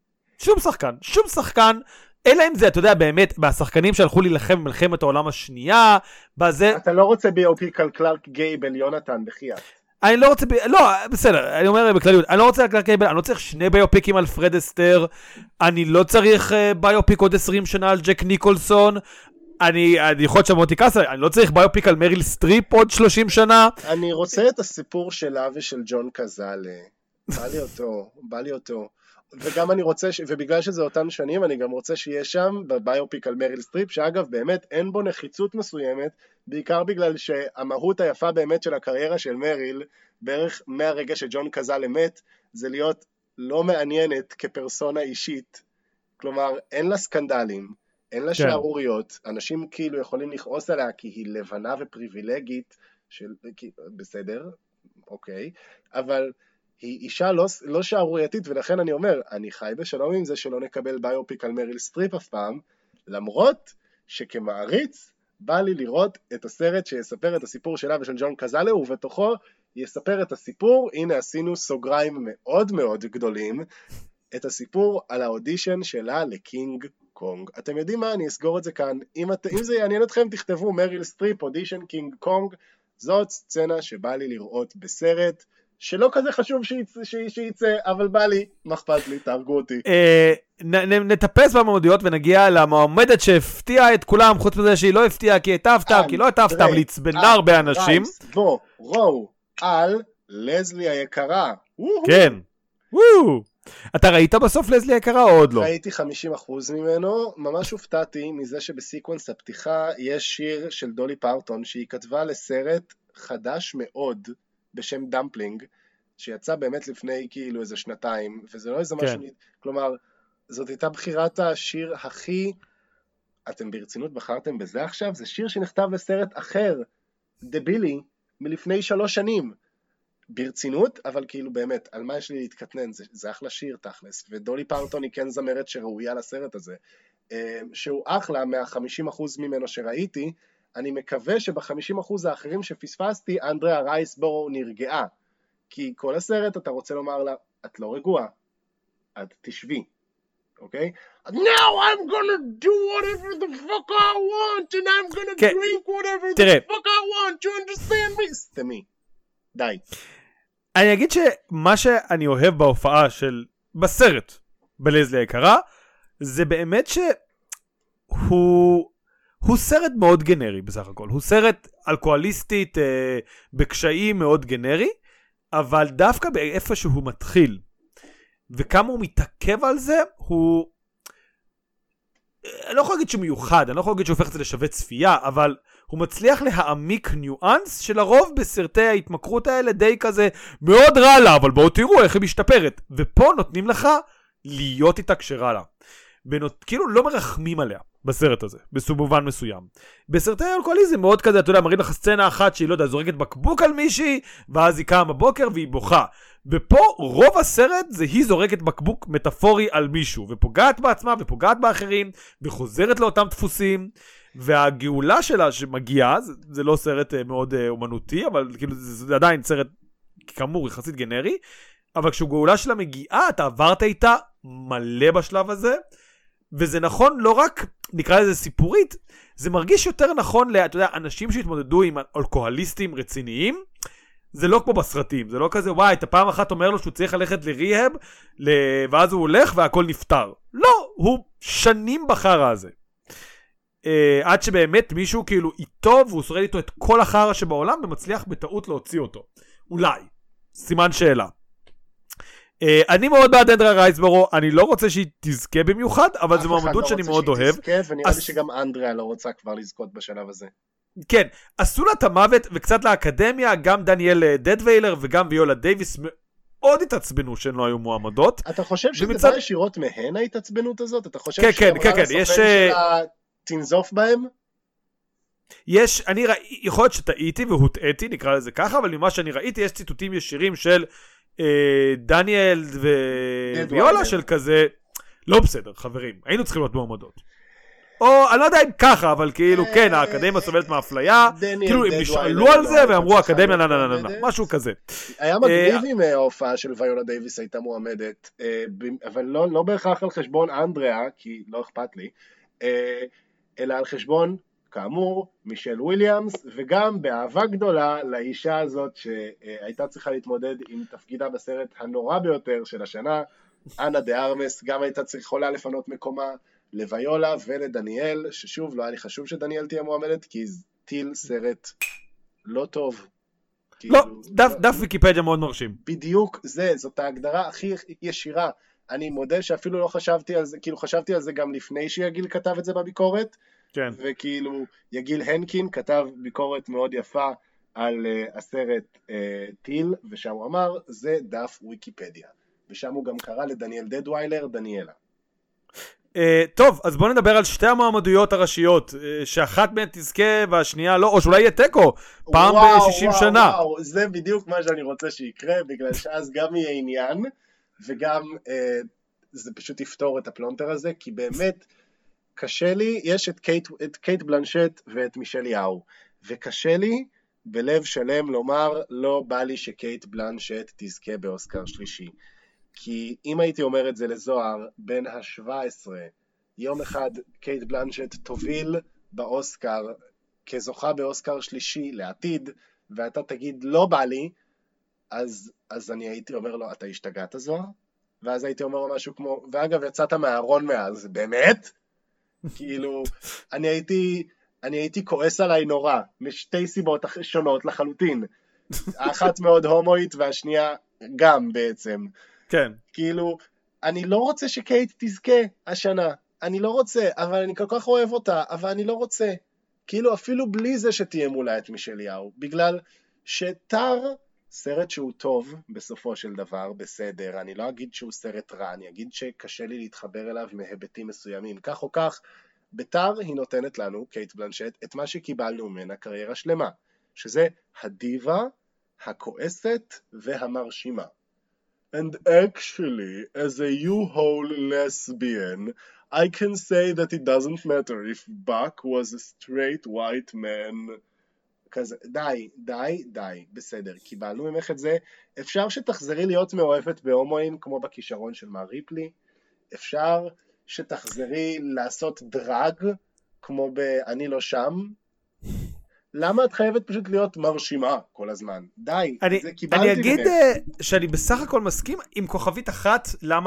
שום שחקן, אלא אם זה, אתה יודע, באמת, מהשחקנים שהלכו להילחם במלחמת העולם השנייה, בזה... אתה לא רוצה ביופיק על קלארק גייבל, יונתן, בחייאת. אני לא רוצה, לא, בסדר, אני אומר בכלליות, אני לא רוצה על קלארק גייבל, אני לא צריך 2 ביופיקים על פרד אסטר, אני לא צריך ביופיק עוד 20 שנה על ג'ק ניקולסון, אני יכול להיות שמוטי קאסל, אני לא צריך ביופיק על מריל סטריפ עוד 30 שנה. אני רוצה את הסיפור שלה ושל ג'ון קזאלה, בא לי אותו. וגם אני רוצה, ובגלל שזה אותן שנים, אני גם רוצה שיהיה שם בביופיק על מריל סטריפ, שאגב באמת אין בו נחיצות מסוימת, בעיקר בגלל שהמהות היפה באמת של הקריירה של מריל, בערך מהרגע שג'ון קזאלה מת, זה להיות לא מעניינת כפרסונה אישית, כלומר אין לה סקנדלים, אין לה שערוריות, אנשים כאילו יכולים לכעוס עליה כי היא לבנה ופריבילגית, בסדר, אוקיי, אבל... היא אישה לא שערורייתית, ולכן אני אומר, אני חי בשלום עם זה שלא נקבל ביופיק על מריל סטריפ אף פעם, למרות שכמעריץ בא לי לראות את הסרט שיספר את הסיפור שלה ושל ג'ון קזאלה, ובתוכו יספר את הסיפור, הנה עשינו סוגריים מאוד מאוד גדולים, את הסיפור על האודישן שלה לקינג קונג. אתם יודעים מה? אני אסגור את זה כאן. אם זה יעניין אתכם, תכתבו מריל סטריפ אודישן קינג קונג, זאת סצנה שבא לי לראות בסרט, שלא כזה חשוב שייצא, אבל בא לי, מחפת לי, תהרגו אותי. נטפס במועמדויות ונגיע למועמדת שהפתיעה את כולם, חוץ מזה שהיא לא הפתיעה כי הייתה הפתעה, כי לא הייתה הפתעה, אבל הצבנה הרבה אנשים. רואו, על לזלי היקרה. כן. אתה ראית בסוף לזלי היקרה או עוד לא? ראיתי 50% ממנו, ממש הופתעתי מזה שבסיקוונס הפתיחה יש שיר של דולי פרטון, שהיא כתבה לסרט חדש מאוד, בשם דמפלינג, שיצא באמת לפני כאילו איזה 2, וזה לא איזה משהו, כלומר, זאת הייתה בחירת השיר הכי, אתם ברצינות בחרתם בזה עכשיו? זה שיר שנכתב לסרט אחר, דבילי, מלפני 3 שנים, ברצינות, אבל כאילו באמת, על מה יש לי להתקטנן, זה אחלה שיר תכלס, ודולי פרטון היא כן זמרת שראויה לסרט הזה, שהוא אחלה מה-50% ממנו שראיתי, אני מקווה שב-50% האחרים שפספסתי, אנדריה רייסבורו נרגעה. כי כל הסרט אתה רוצה לומר לה, את לא רגועה, את תשבי, אוקיי? Now I'm gonna do whatever the fuck I want, and I'm gonna drink whatever the fuck I want, you understand me? סתמי, די. אני אגיד שמה שאני אוהב בהופעה של, בסרט, בלזלי היקרה, זה באמת הוא סרט מאוד גנרי בסך הכל, הוא סרט אלכוהוליסטית בקשיים מאוד גנרי, אבל דווקא באיפה שהוא מתחיל, וכמה הוא מתעכב על זה, אני לא יכול להגיד שהוא מיוחד, אני לא יכול להגיד שהוא הופך את זה לשווה צפייה, אבל הוא מצליח להעמיק ניואנס שלרוב בסרטי ההתמכרות האלה די כזה מאוד רע לה, אבל בואו תראו איך היא משתפרת. ופה נותנים לך להיות איתה כשרע לה. כאילו לא מרחמים עליה בסרט הזה, בסובובן מסוים. בסרטי האלכוהוליזם מאוד כזה, אתה יודע, מראים לך סצנה אחת שהיא לא יודע, זורקת בקבוק על מישהי, ואז היא קמה בבוקר והיא בוכה. ופה רוב הסרט זה היא זורקת בקבוק מטאפורי על מישהו, ופוגעת בעצמה ופוגעת באחרים, וחוזרת לאותם דפוסים, והגאולה שלה שמגיעה, זה לא סרט מאוד אומנותי, אבל כאילו זה עדיין סרט כאמור יחסית גנרי, אבל כשגאולה שלה מגיעה, אתה עברת איתה מלא בשלב הזה, וזה נכון לא רק, נקרא לזה סיפורית, זה מרגיש יותר נכון, אתה יודע, אנשים שהתמודדו עם אלכוהוליסטים רציניים, זה לא כמו בסרטים, זה לא כזה, וואי, אתה פעם אחת אומר לו שהוא צריך ללכת לריהב, ואז הוא הולך והכל נפטר. לא, הוא שנים בחרה הזה. עד שבאמת מישהו כאילו איתו, והוא שורד איתו את כל החרה שבעולם, ומצליח בטעות להוציא אותו. אולי. סימן שאלה. אני מאוד בעד אנדריה רייסבורו, אני לא רוצה שהיא תזכה במיוחד, אבל זו מעמדות שאני מאוד אוהב. ונראה לי שגם אנדריה לא רוצה כבר לזכות בשלב הזה. כן, עשו לה את המוות וקצת לאקדמיה, גם דניאל דדוויילר וגם ויולה דייביס מאוד התעצבנו שהן לא היו מועמדות. אתה חושב שזה בא ישירות מהן ההתעצבנות הזאת? אתה חושב כן, לסוכן שלה תנזוף בהם? יש, יכול להיות שטעיתי והוטעיתי, נקרא לזה ככה, אבל ממה שאני ראיתי יש ציטוטים ישירים של דניאל וויולה של כזה, לא בסדר חברים, היינו צריכים להיות מועמדות. או אני לא יודע אם ככה, אבל כאילו כן, האקדמיה סובלת מאפליה, כאילו הם נשאלו על זה ואמרו אקדמיה משהו כזה. היה מגניב עם ההופעה של ויולה דייביס הייתה מועמדת, אבל לא בהכרח על חשבון אנדריה, כי לא אכפת לי, אלא על חשבון כאמור, מישל וויליאמס, וגם באהבה גדולה לאישה הזאת שהייתה צריכה להתמודד עם תפקידה בסרט הנורא ביותר של השנה, אנה דה ארמס, גם הייתה יכולה לפנות מקומה לויולה ולדניאל, ששוב לא היה לי חשוב שדניאל תהיה מועמדת, כי טיל סרט לא טוב. לא, דף ויקיפדיה מאוד מרשים. בדיוק זאת ההגדרה הכי ישירה. אני מודה שאפילו לא חשבתי על זה, כאילו חשבתי על זה גם לפני שיגיל כתב את זה בביקורת, כן. וכאילו יגיל הנקין כתב ביקורת מאוד יפה על הסרט טיל, ושם הוא אמר, זה דף ויקיפדיה. ושם הוא גם קרא לדניאל דדוויילר, דניאלה. טוב, אז בואו נדבר על שתי המועמדויות הראשיות, שאחת מהן תזכה והשנייה לא, או שאולי יהיה טקו, פעם ב-60 שנה. וואו, זה בדיוק מה שאני רוצה שיקרה, בגלל שאז גם יהיה עניין, וגם זה פשוט יפתור את הפלונטר הזה, כי באמת קשה לי, יש את קייט בלנשט ואת מישל יאו, וקשה לי בלב שלם לומר, לא בא לי שקייט בלנשט תזכה באוסקר שלישי. כי אם הייתי אומר את זה לזוהר, בין ה-17, יום אחד קייט בלנשט תוביל באוסקר, כזוכה באוסקר שלישי לעתיד, ואתה תגיד לא בא לי, אז אני הייתי אומר לו, אתה השתגעת זוהר? ואז הייתי אומר לו משהו כמו, ואגב יצאת מהארון מאז, באמת? כאילו, אני הייתי כועס עליי נורא, משתי סיבות שונות לחלוטין. האחת מאוד הומואית והשנייה גם בעצם. כן. כאילו, אני לא רוצה שקייט תזכה השנה, אני לא רוצה, אבל אני כל כך אוהב אותה, אבל אני לא רוצה. כאילו, אפילו בלי זה שתהיה מולה את מישל יאו, בגלל שטר, סרט שהוא טוב בסופו של דבר, בסדר, אני לא אגיד שהוא סרט רע, אני אגיד שקשה לי להתחבר אליו מהיבטים מסוימים. כך או כך, בטר היא נותנת לנו, קייט בלנשט, את מה שקיבלנו ממנה קריירה שלמה, שזה הדיבה, הכועסת והמרשימה. And actually, as a U-hole lesbian, I can say that it doesn't matter if Buck was a straight white man. כזה, די, בסדר, קיבלנו ממך את זה. אפשר שתחזרי להיות מאוהבת בהומואים כמו בכישרון של מר ריפלי, אפשר שתחזרי לעשות דרג כמו ב"אני לא שם", למה את חייבת פשוט להיות מרשימה כל הזמן? די, זה קיבלתי ממך. אני אגיד שאני בסך הכל מסכים עם כוכבית אחת,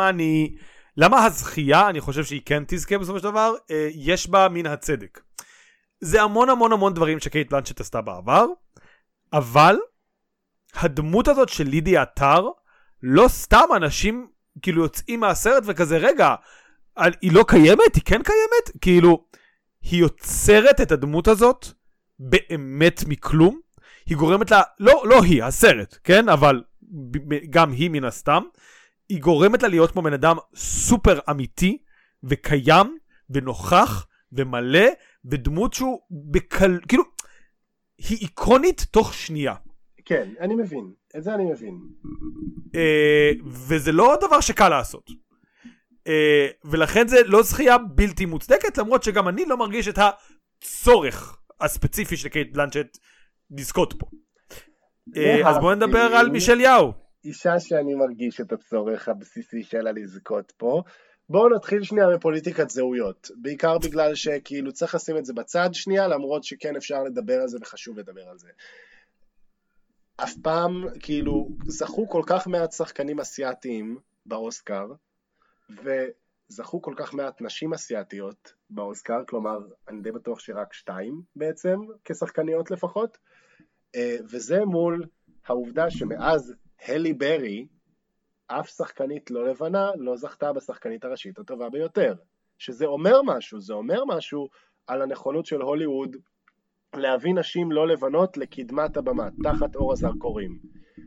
למה הזכייה, אני חושב שהיא כן תזכה בסופו של דבר, יש בה מן הצדק. זה המון דברים שקייט בלנשט עשתה בעבר, אבל הדמות הזאת של לידיה טאר, לא סתם אנשים כאילו יוצאים מהסרט וכזה, רגע, היא לא קיימת? היא כן קיימת? כאילו, היא יוצרת את הדמות הזאת באמת מכלום, היא גורמת לה, לא היא, הסרט, כן? אבל גם היא מן הסתם, היא גורמת לה להיות כמו בן אדם סופר אמיתי, וקיים, ונוכח, ומלא, ודמות שהוא כאילו, היא איקונית תוך שנייה. כן, אני מבין, את זה אני מבין. וזה לא דבר שקל לעשות. ולכן זה לא זכייה בלתי מוצדקת, למרות שגם אני לא מרגיש את הצורך הספציפי של קייט בלנצ'ט לזכות פה. אז בואו נדבר על מישל יאו. אישה שאני מרגיש את הצורך הבסיסי שלה לזכות פה. בואו נתחיל שנייה בפוליטיקת זהויות, בעיקר בגלל שכאילו צריך לשים את זה בצד שנייה, למרות שכן אפשר לדבר על זה וחשוב לדבר על זה. אף פעם כאילו זכו כל כך מעט שחקנים אסיאתיים באוסקר, וזכו כל כך מעט נשים אסיאתיות באוסקר, כלומר אני די בטוח שרק 2 בעצם, כשחקניות לפחות, וזה מול העובדה שמאז הלי ברי, אף שחקנית לא לבנה לא זכתה בשחקנית הראשית הטובה ביותר, שזה אומר משהו, זה אומר משהו על הנכונות של הוליווד להביא נשים לא לבנות לקדמת הבמה, תחת אור הזרקורים.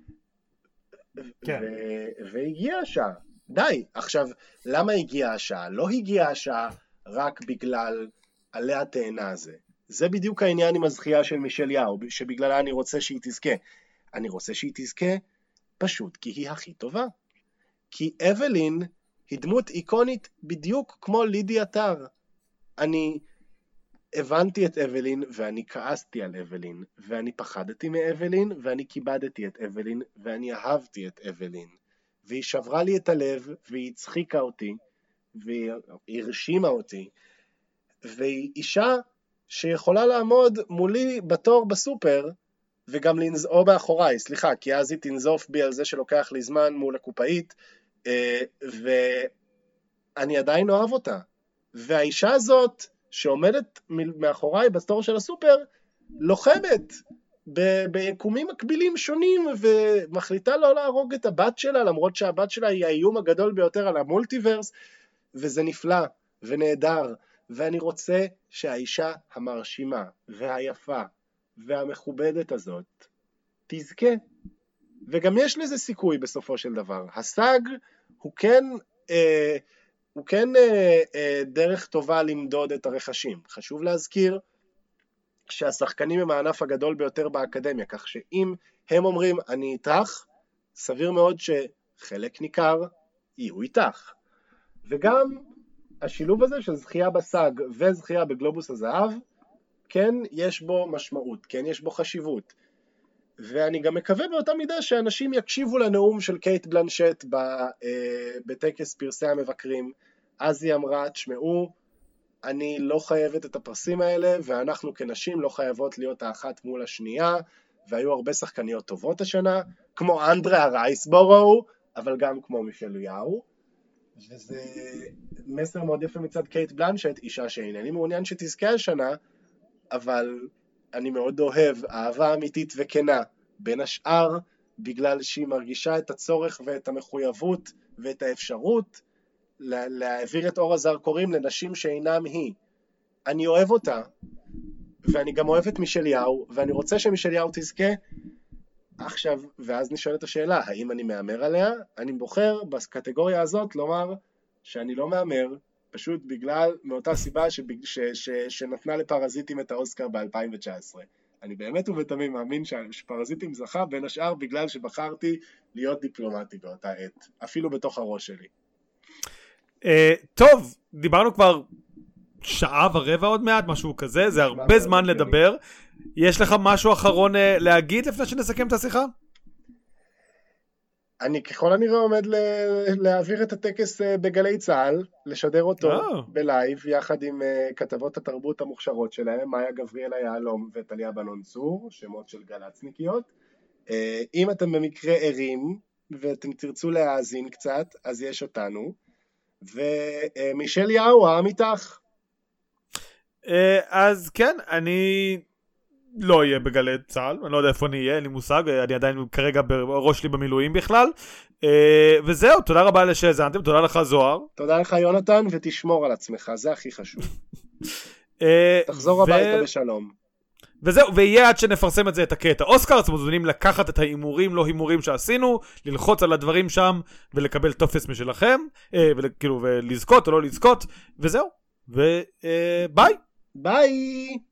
כן. והגיעה השעה. די, עכשיו, למה הגיעה השעה? לא הגיעה השעה רק בגלל עלי התאנה הזה. זה בדיוק העניין עם הזכייה של מישל יאו, שבגללה אני רוצה שהיא תזכה. אני רוצה שהיא תזכה פשוט כי היא הכי טובה. כי אבלין היא דמות איקונית בדיוק כמו לידי אתר. אני הבנתי את אבלין ואני כעסתי על אבלין, ואני פחדתי מאבלין ואני כיבדתי את אבלין ואני אהבתי את אבלין. והיא שברה לי את הלב והיא הצחיקה אותי והיא הרשימה אותי, והיא אישה שיכולה לעמוד מולי בתור בסופר וגם לנזור מאחוריי, סליחה, כי אז היא תנזוף בי על זה שלוקח לי זמן מול הקופאית, ואני עדיין אוהב אותה. והאישה הזאת שעומדת מאחוריי בסטור של הסופר, לוחמת ביקומים מקבילים שונים, ומחליטה לא להרוג את הבת שלה, למרות שהבת שלה היא האיום הגדול ביותר על המולטיברס, וזה נפלא ונהדר, ואני רוצה שהאישה המרשימה והיפה והמכובדת הזאת תזכה. וגם יש לזה סיכוי בסופו של דבר. הסאג הוא כן דרך טובה למדוד את הרכשים. חשוב להזכיר שהשחקנים הם הענף הגדול ביותר באקדמיה, כך שאם הם אומרים אני איתך, סביר מאוד שחלק ניכר יהיו איתך. וגם השילוב הזה של זכייה בסאג וזכייה בגלובוס הזהב, כן יש בו משמעות, כן יש בו חשיבות. ואני גם מקווה באותה מידה שאנשים יקשיבו לנאום של קייט בלנשט בטקס פרסי המבקרים. אז היא אמרה, תשמעו, אני לא חייבת את הפרסים האלה, ואנחנו כנשים לא חייבות להיות האחת מול השנייה, והיו הרבה שחקניות טובות השנה, כמו אנדרה רייסבורו, אבל גם כמו מישל יאו, וזה מסר מאוד יפה מצד קייט בלנשט, אישה שאינני מעוניין שתזכה השנה, אבל אני מאוד אוהב אהבה אמיתית וכנה, בין השאר בגלל שהיא מרגישה את הצורך ואת המחויבות ואת האפשרות להעביר את אור הזרקורים לנשים שאינם היא. אני אוהב אותה, ואני גם אוהב את מישל יאו, ואני רוצה שמישל יאו תזכה. עכשיו, ואז נשאלת השאלה, האם אני מאמר עליה? אני בוחר בקטגוריה הזאת לומר שאני לא מאמר, פשוט בגלל, מאותה סיבה שנתנה לפרזיטים את האוסקר ב-2019. אני באמת ובתמים מאמין שפרזיטים זכה בין השאר בגלל שבחרתי להיות דיפלומטי באותה עת, אפילו בתוך הראש שלי. טוב, דיברנו כבר שעה ורבע עוד מעט, משהו כזה, זה הרבה זמן לדבר. יש לך משהו אחרון להגיד לפני שנסכם את השיחה? אני ככל הנראה עומד להעביר את הטקס בגלי צהל, לשדר אותו בלייב, יחד עם כתבות התרבות המוכשרות שלהם, מאיה גבריאלה יהלום וטליה בנון צור, שמות של גלצניקיות. אם אתם במקרה ערים, ואתם תרצו להאזין קצת, אז יש אותנו. ומישל יאו, העם איתך. אז כן, אני לא יהיה בגלי צהל, אני לא יודע איפה אני אהיה, אין לי מושג, אני עדיין כרגע בראש שלי במילואים בכלל. וזהו, תודה רבה שהאזנתם, תודה לך זוהר. תודה לך יונתן, ותשמור על עצמך, זה הכי חשוב. תחזור הביתה בשלום. וזהו, ויהיה עד שנפרסם את זה, את הקטע אוסקר, אתם מוזמנים לקחת את ההימורים, לא הימורים שעשינו, ללחוץ על הדברים שם, ולקבל טופס משלכם, ולזכות או לא לזכות, וזהו, וביי. ביי.